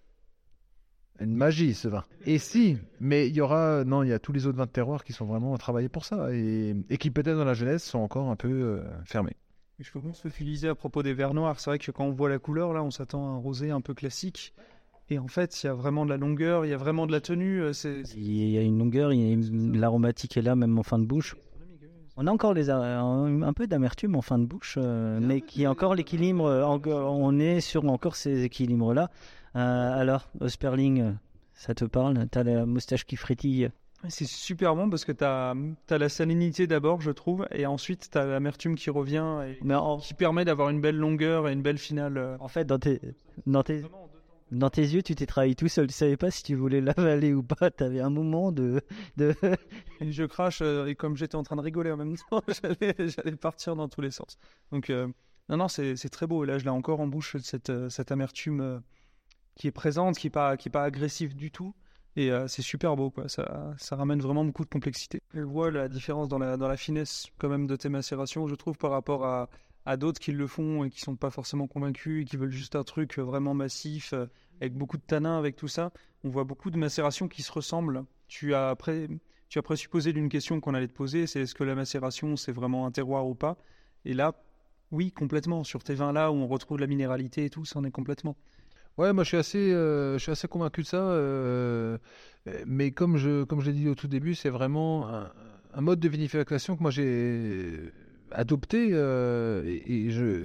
une magie, ce vin. Et si, mais il y aura, non, il y a tous les autres vins de terroir qui sont vraiment travaillés pour ça et, et qui peut-être dans la jeunesse sont encore un peu euh, fermés. Je peux se filiser à propos des verres noirs. C'est vrai que quand on voit la couleur, là, on s'attend à un rosé un peu classique. Et en fait, il y a vraiment de la longueur, il y a vraiment de la tenue. euh, C'est... Il y a une longueur, il y a une- l'aromatique est là, même en fin de bouche. On a encore les, a- un, un peu d'amertume en fin de bouche, euh, mais qui est encore l'équilibre. euh, encore- On est sur encore ces équilibres-là. Euh, alors, Sperling, euh, ça te parle? T'as la moustache qui frétille. C'est super bon parce que tu as la salinité d'abord, je trouve, et ensuite tu as l'amertume qui revient et Mais en, qui permet d'avoir une belle longueur et une belle finale. euh. en fait, dans tes, dans tes, dans tes yeux, tu t'es trahi tout seul. Tu savais pas si tu voulais l'avaler ou pas. Tu avais un moment de. de... Et je crache euh, et comme j'étais en train de rigoler en même temps, j'allais, j'allais partir dans tous les sens. Donc, euh, non, non, c'est, c'est très beau. Et là, je l'ai encore en bouche, cette, euh, cette amertume euh, qui est présente, qui n'est pas, qui est pas agressive du tout. Et euh, c'est super beau, quoi. Ça, ça ramène vraiment beaucoup de complexité. Je vois la différence dans la, dans la finesse quand même de tes macérations, je trouve, par rapport à, à d'autres qui le font et qui sont pas forcément convaincus et qui veulent juste un truc vraiment massif, euh, avec beaucoup de tanins, avec tout ça. On voit beaucoup de macérations qui se ressemblent. Tu as, pré... tu as présupposé d'une question qu'on allait te poser, c'est est-ce que la macération, c'est vraiment un terroir ou pas? Et là, oui, complètement. Sur tes vins-là, où on retrouve la minéralité et tout, ça en est complètement. Ouais, moi je suis assez, euh, je suis assez convaincu de ça. euh, mais comme je, comme je l'ai dit au tout début, c'est vraiment un, un mode de vinification que moi j'ai adopté. euh, et, et je,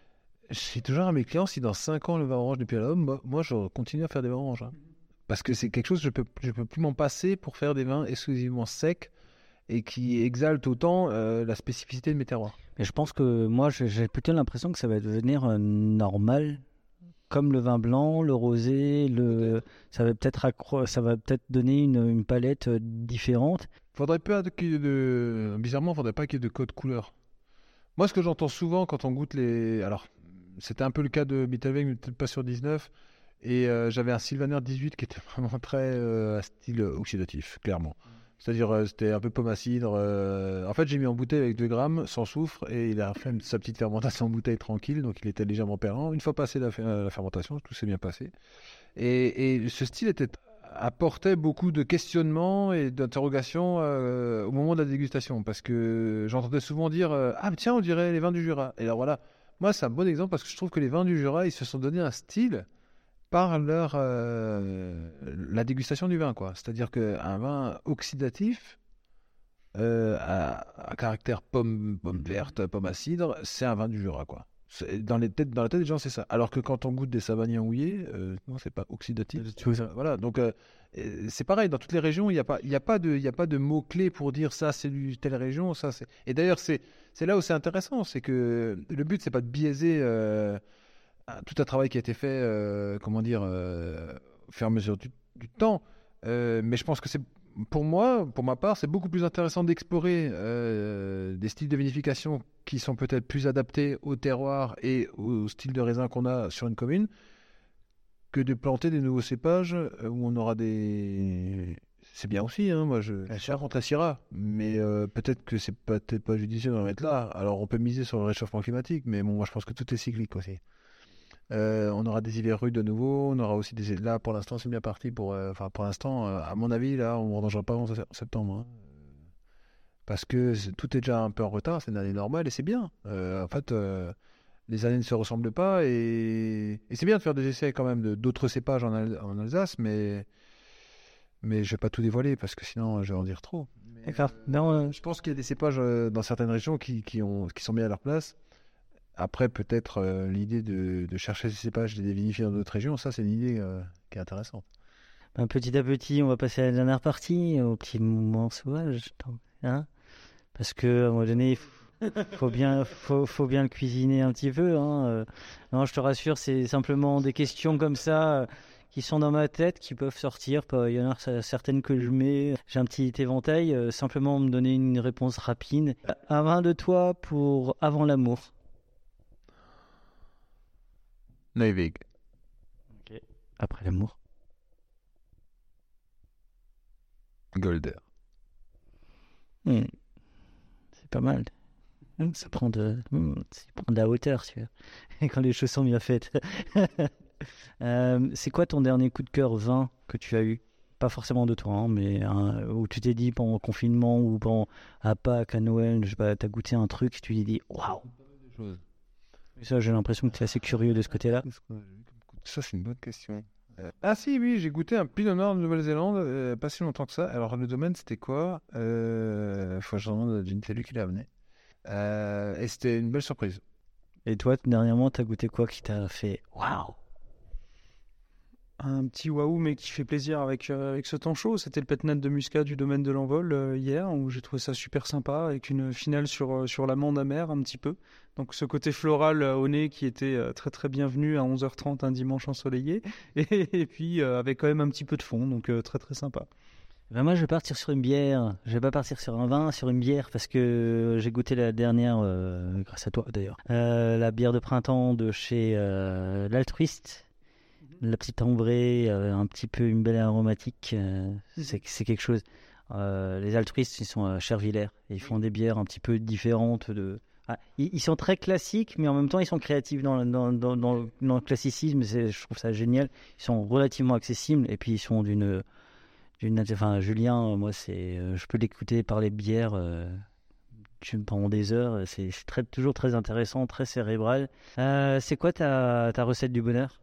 je dis toujours à mes clients, si dans cinq ans le vin orange n'est plus à l'homme, moi, moi je continue à faire des vins oranges. hein. Parce que c'est quelque chose que je peux, je peux plus m'en passer pour faire des vins exclusivement secs et qui exaltent autant euh, la spécificité de mes terroirs. Mais je pense que moi, j'ai j'ai plutôt l'impression que ça va devenir euh, normal. Comme le vin blanc, le rosé, le... ça va peut-être accro... ça va peut-être donner une, une palette euh, différente. Faudrait pas qu'il y ait de... Bizarrement, faudrait pas qu'il y ait de code couleur. Moi, ce que j'entends souvent quand on goûte les... Alors, c'était un peu le cas de Mittelweg, mais peut-être pas sur dix-neuf. Et euh, j'avais un Sylvaner dix-huit qui était vraiment très euh, à style oxydatif, clairement. C'est-à-dire, euh, c'était un peu pomme à cidre. euh, En fait, j'ai mis en bouteille avec deux grammes, sans soufre, et il a fait sa petite fermentation en bouteille tranquille, donc il était légèrement perlant. Une fois passé la, fer- la fermentation, tout s'est bien passé. Et, et ce style était, apportait beaucoup de questionnements et d'interrogations euh, au moment de la dégustation, parce que j'entendais souvent dire euh, « Ah, mais tiens, on dirait les vins du Jura ». Et alors voilà, moi, c'est un bon exemple, parce que je trouve que les vins du Jura, ils se sont donné un style par leur euh, la dégustation du vin, quoi. C'est-à-dire qu'un vin oxydatif euh, à, à caractère pomme, pomme verte, pomme à cidre, c'est un vin du Jura, quoi. C'est- Dans, les têtes, dans la tête des gens, c'est ça. Alors que quand on goûte des Savagnin houillés, euh, non, c'est pas oxydatif. Voilà, donc euh, euh, c'est pareil, dans toutes les régions, il n'y a pas, il y a pas de, il y a pas de mots-clés pour dire ça, c'est du telle région, ça, c'est... Et d'ailleurs, c'est, c'est là où c'est intéressant, c'est que le but, c'est pas de biaiser euh, un- tout un travail qui a été fait, euh, comment dire, euh, au fur et à mesure du, du temps. Euh, mais je pense que c'est pour moi, pour ma part, c'est beaucoup plus intéressant d'explorer euh, des styles de vinification qui sont peut-être plus adaptés au terroir et au style de raisin qu'on a sur une commune, que de planter des nouveaux cépages où on aura des... C'est bien aussi, hein, moi je suis contre la Syrah, mais euh, peut-être que c'est peut-être pas judicieux d'en mettre là. Alors on peut miser sur le réchauffement climatique, mais bon, moi je pense que tout est cyclique aussi. Euh, on aura des hivers rudes de nouveau, on aura aussi des... Là pour l'instant c'est bien parti pour... Euh, enfin pour l'instant, euh, à mon avis, là on ne vendra pas en septembre. Hein. Parce que tout est déjà un peu en retard, c'est une année normale et c'est bien. Euh, en fait, euh, les années ne se ressemblent pas et, et c'est bien de faire des essais quand même de... d'autres cépages en, Al... en Alsace, mais... Mais je ne vais pas tout dévoiler parce que sinon je vais en dire trop. Mais, D'accord. Euh, non, euh... Je pense qu'il y a des cépages euh, dans certaines régions qui, qui, ont, qui sont mis à leur place. Après, peut-être euh, l'idée de, de chercher ces cépages et de les vinifier dans d'autres régions, ça c'est une idée euh, qui est intéressante. Ben, petit à petit, on va passer à la dernière partie, au petit moment sauvage. Hein, parce qu'à un moment donné, il faut, faut, bien, faut, faut bien le cuisiner un petit peu. Hein. Non, je te rassure, c'est simplement des questions comme ça... Euh, qui sont dans ma tête, qui peuvent sortir. Il y en a certaines que je mets. J'ai un petit éventail. Euh, simplement me donner une réponse rapide. Un vin de toi pour avant l'amour. Neuweg. Ok. Après l'amour. Golder. Hmm. C'est pas mal. Ça prend de, hmm, ça prend de la hauteur, tu vois. Et quand les choses sont bien faites. Euh, c'est quoi ton dernier coup de cœur vin que tu as eu? Pas forcément de toi, hein, mais hein, où tu t'es dit pendant le confinement ou pendant à Pâques, à Noël, je sais pas, t'as goûté un truc et tu t'es dit waouh. Ça, j'ai l'impression que tu es assez curieux de ce côté-là. Ça, c'est une bonne question. Euh... Ah si, oui, j'ai goûté un Pinot Noir de Nouvelle-Zélande, euh, pas si longtemps que ça. Alors le domaine, c'était quoi? euh... Faut que je demande à Jean, c'est lui qui l'a amené. Euh... Et c'était une belle surprise. Et toi, dernièrement, t'as goûté quoi qui t'a fait waouh? Un petit waouh, mais qui fait plaisir avec, euh, avec ce temps chaud. C'était le Pet-Nat de Muscat du domaine de l'Envol euh, hier, où j'ai trouvé ça super sympa, avec une finale sur, euh, sur l'amande amère un petit peu. Donc ce côté floral euh, au nez qui était euh, très très bienvenu à onze heures trente un dimanche ensoleillé. Et, et puis euh, avec quand même un petit peu de fond, donc euh, très très sympa. Ben moi je vais partir sur une bière, je vais pas partir sur un vin, sur une bière, parce que j'ai goûté la dernière, euh, grâce à toi d'ailleurs, euh, la bière de printemps de chez euh, l'Altruiste. La petite ambrée, euh, un petit peu une belle aromatique, euh, c'est, c'est quelque chose. Euh, les altruistes, ils sont à Chervillers et ils font des bières un petit peu différentes. De... Ah, ils, ils sont très classiques, mais en même temps, ils sont créatifs dans, dans, dans, dans, le, dans le classicisme. C'est, je trouve ça génial. Ils sont relativement accessibles et puis ils sont d'une. d'une enfin, Julien, moi, c'est, je peux l'écouter parler de bière euh, pendant des heures. C'est, c'est très, toujours très intéressant, très cérébral. Euh, c'est quoi ta, ta recette du bonheur?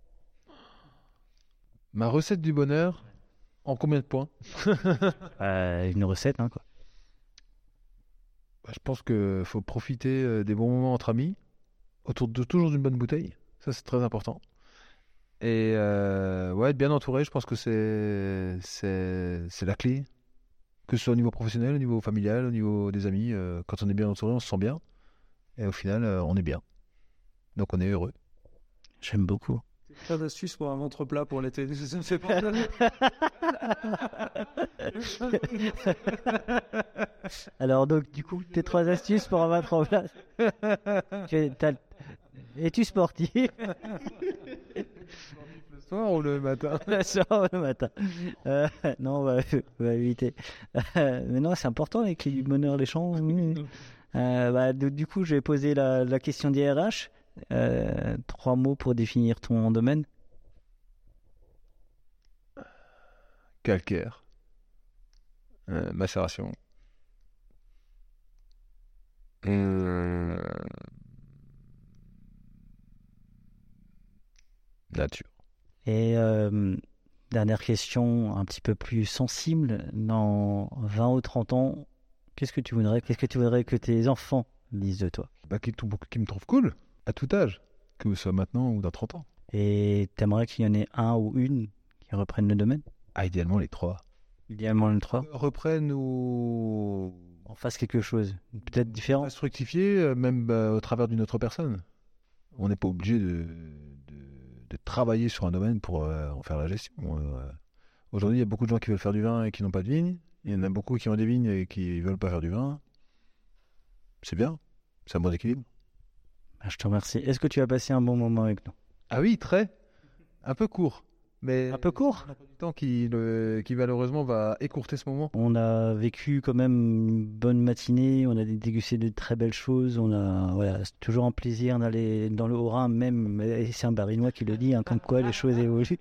Ma recette du bonheur, en combien de points? euh, Une recette, hein, quoi. Bah, je pense qu'il faut profiter euh, des bons moments entre amis, autour de toujours d'une bonne bouteille. Ça, c'est très important. Et euh, ouais, être bien entouré, je pense que c'est, c'est, c'est la clé. Que ce soit au niveau professionnel, au niveau familial, au niveau des amis. Euh, quand on est bien entouré, on se sent bien. Et au final, euh, on est bien. Donc, on est heureux. J'aime beaucoup. Plein d'astuces pour un ventre plat pour l'été, ça me fait peur. Alors donc du coup, tes trois astuces pour un ventre plat. Es-tu sportif? Le soir ou le matin? Le soir ou le matin. Euh, non, on va, on va éviter. Euh, mais non, c'est important les clés du bonheur, les champs. Euh, bah, du, du coup, je vais poser la, la question des R H. Euh, trois mots pour définir ton domaine. Calcaire. Euh, macération. Euh... Nature. Et euh, dernière question, un petit peu plus sensible. Dans vingt ou trente ans, qu'est-ce que tu voudrais, qu'est-ce que tu voudrais que tes enfants disent de toi? Bah, qui, qui me trouve cool. À tout âge, que ce soit maintenant ou dans trente ans. Et t'aimerais qu'il y en ait un ou une qui reprenne le domaine? Ah, idéalement les trois. Idéalement les trois. Euh, reprennent ou... En fasse quelque chose, peut-être différent. Se fructifier, euh, même bah, au travers d'une autre personne. On n'est pas obligé de, de, de travailler sur un domaine pour euh, en faire la gestion. Euh, Aujourd'hui, il y a beaucoup de gens qui veulent faire du vin et qui n'ont pas de vigne. Il y en a beaucoup qui ont des vignes et qui ne veulent pas faire du vin. C'est bien, c'est un bon équilibre. Je te remercie. Est-ce que tu as passé un bon moment avec nous? Ah oui, très. Un peu court. Mais un peu court. On a pas du temps qui, le, qui malheureusement va écourter ce moment. On a vécu quand même une bonne matinée, on a dégusté de très belles choses, on a, voilà, c'est toujours un plaisir d'aller dans le Haut-Rhin même, et c'est un Barinois qui le dit, hein, comme quoi les choses évoluent.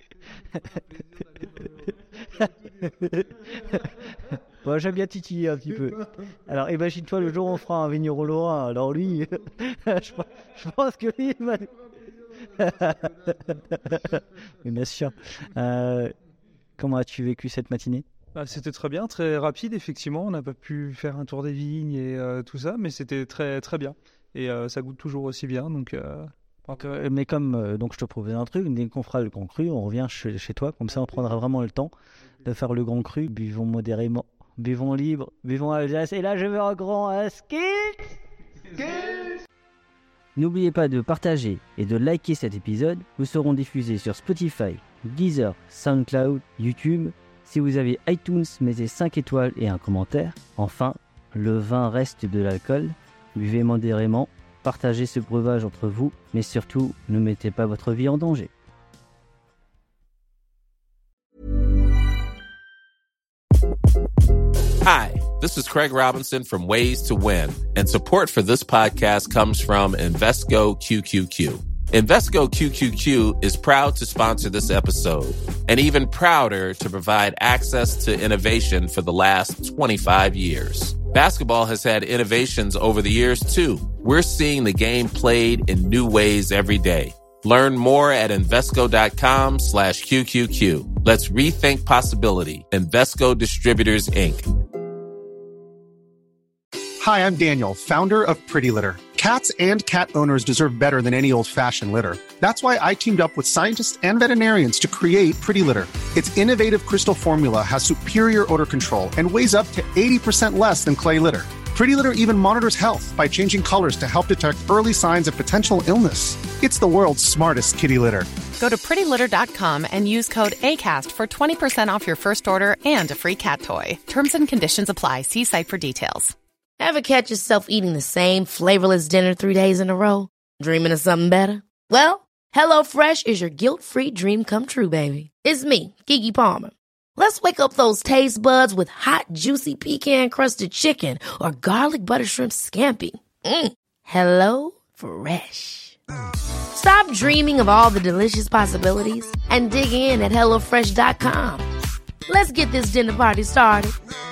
Bon, j'aime bien titiller un petit peu. Alors imagine-toi le jour où on fera un vigneron lorrain, alors lui, je, je pense que lui, il va... Mais bien sûr. Euh, comment as-tu vécu cette matinée? Bah, c'était très bien, très rapide effectivement. On n'a pas pu faire un tour des vignes et euh, tout ça, mais c'était très très bien. Et euh, ça goûte toujours aussi bien. Donc, euh... donc euh, mais comme euh, donc je te propose un truc, dès qu'on fera le grand cru, on revient chez, chez toi. Comme ça, on prendra vraiment le temps de faire le grand cru. Buvons modérément, buvons libre, buvons Alsace. Et là, je veux un grand ski. N'oubliez pas de partager et de liker cet épisode. Nous serons diffusés sur Spotify, Deezer, SoundCloud, YouTube. Si vous avez iTunes, mettez cinq étoiles et un commentaire. Enfin, le vin reste de l'alcool. Buvez modérément, partagez ce breuvage entre vous, mais surtout, ne mettez pas votre vie en danger. Hi, this is Craig Robinson from Ways to Win, and support for this podcast comes from Invesco Q Q Q. Invesco Q Q Q is proud to sponsor this episode, and even prouder to provide access to innovation for the last twenty-five years. Basketball has had innovations over the years, too. We're seeing the game played in new ways every day. Learn more at Invesco.com slash QQQ. Let's rethink possibility. Invesco Distributors, Incorporated. Hi, I'm Daniel, founder of Pretty Litter. Cats and cat owners deserve better than any old-fashioned litter. That's why I teamed up with scientists and veterinarians to create Pretty Litter. Its innovative crystal formula has superior odor control and weighs up to eighty percent less than clay litter. Pretty Litter even monitors health by changing colors to help detect early signs of potential illness. It's the world's smartest kitty litter. Go to pretty litter dot com and use code ACAST for twenty percent off your first order and a free cat toy. Terms and conditions apply. See site for details. Ever catch yourself eating the same flavorless dinner three days in a row? Dreaming of something better? Well, HelloFresh is your guilt-free dream come true, baby. It's me, Keke Palmer. Let's wake up those taste buds with hot, juicy pecan-crusted chicken or garlic butter shrimp scampi. Mm. Hello Fresh. Stop dreaming of all the delicious possibilities and dig in at hello fresh dot com. Let's get this dinner party started.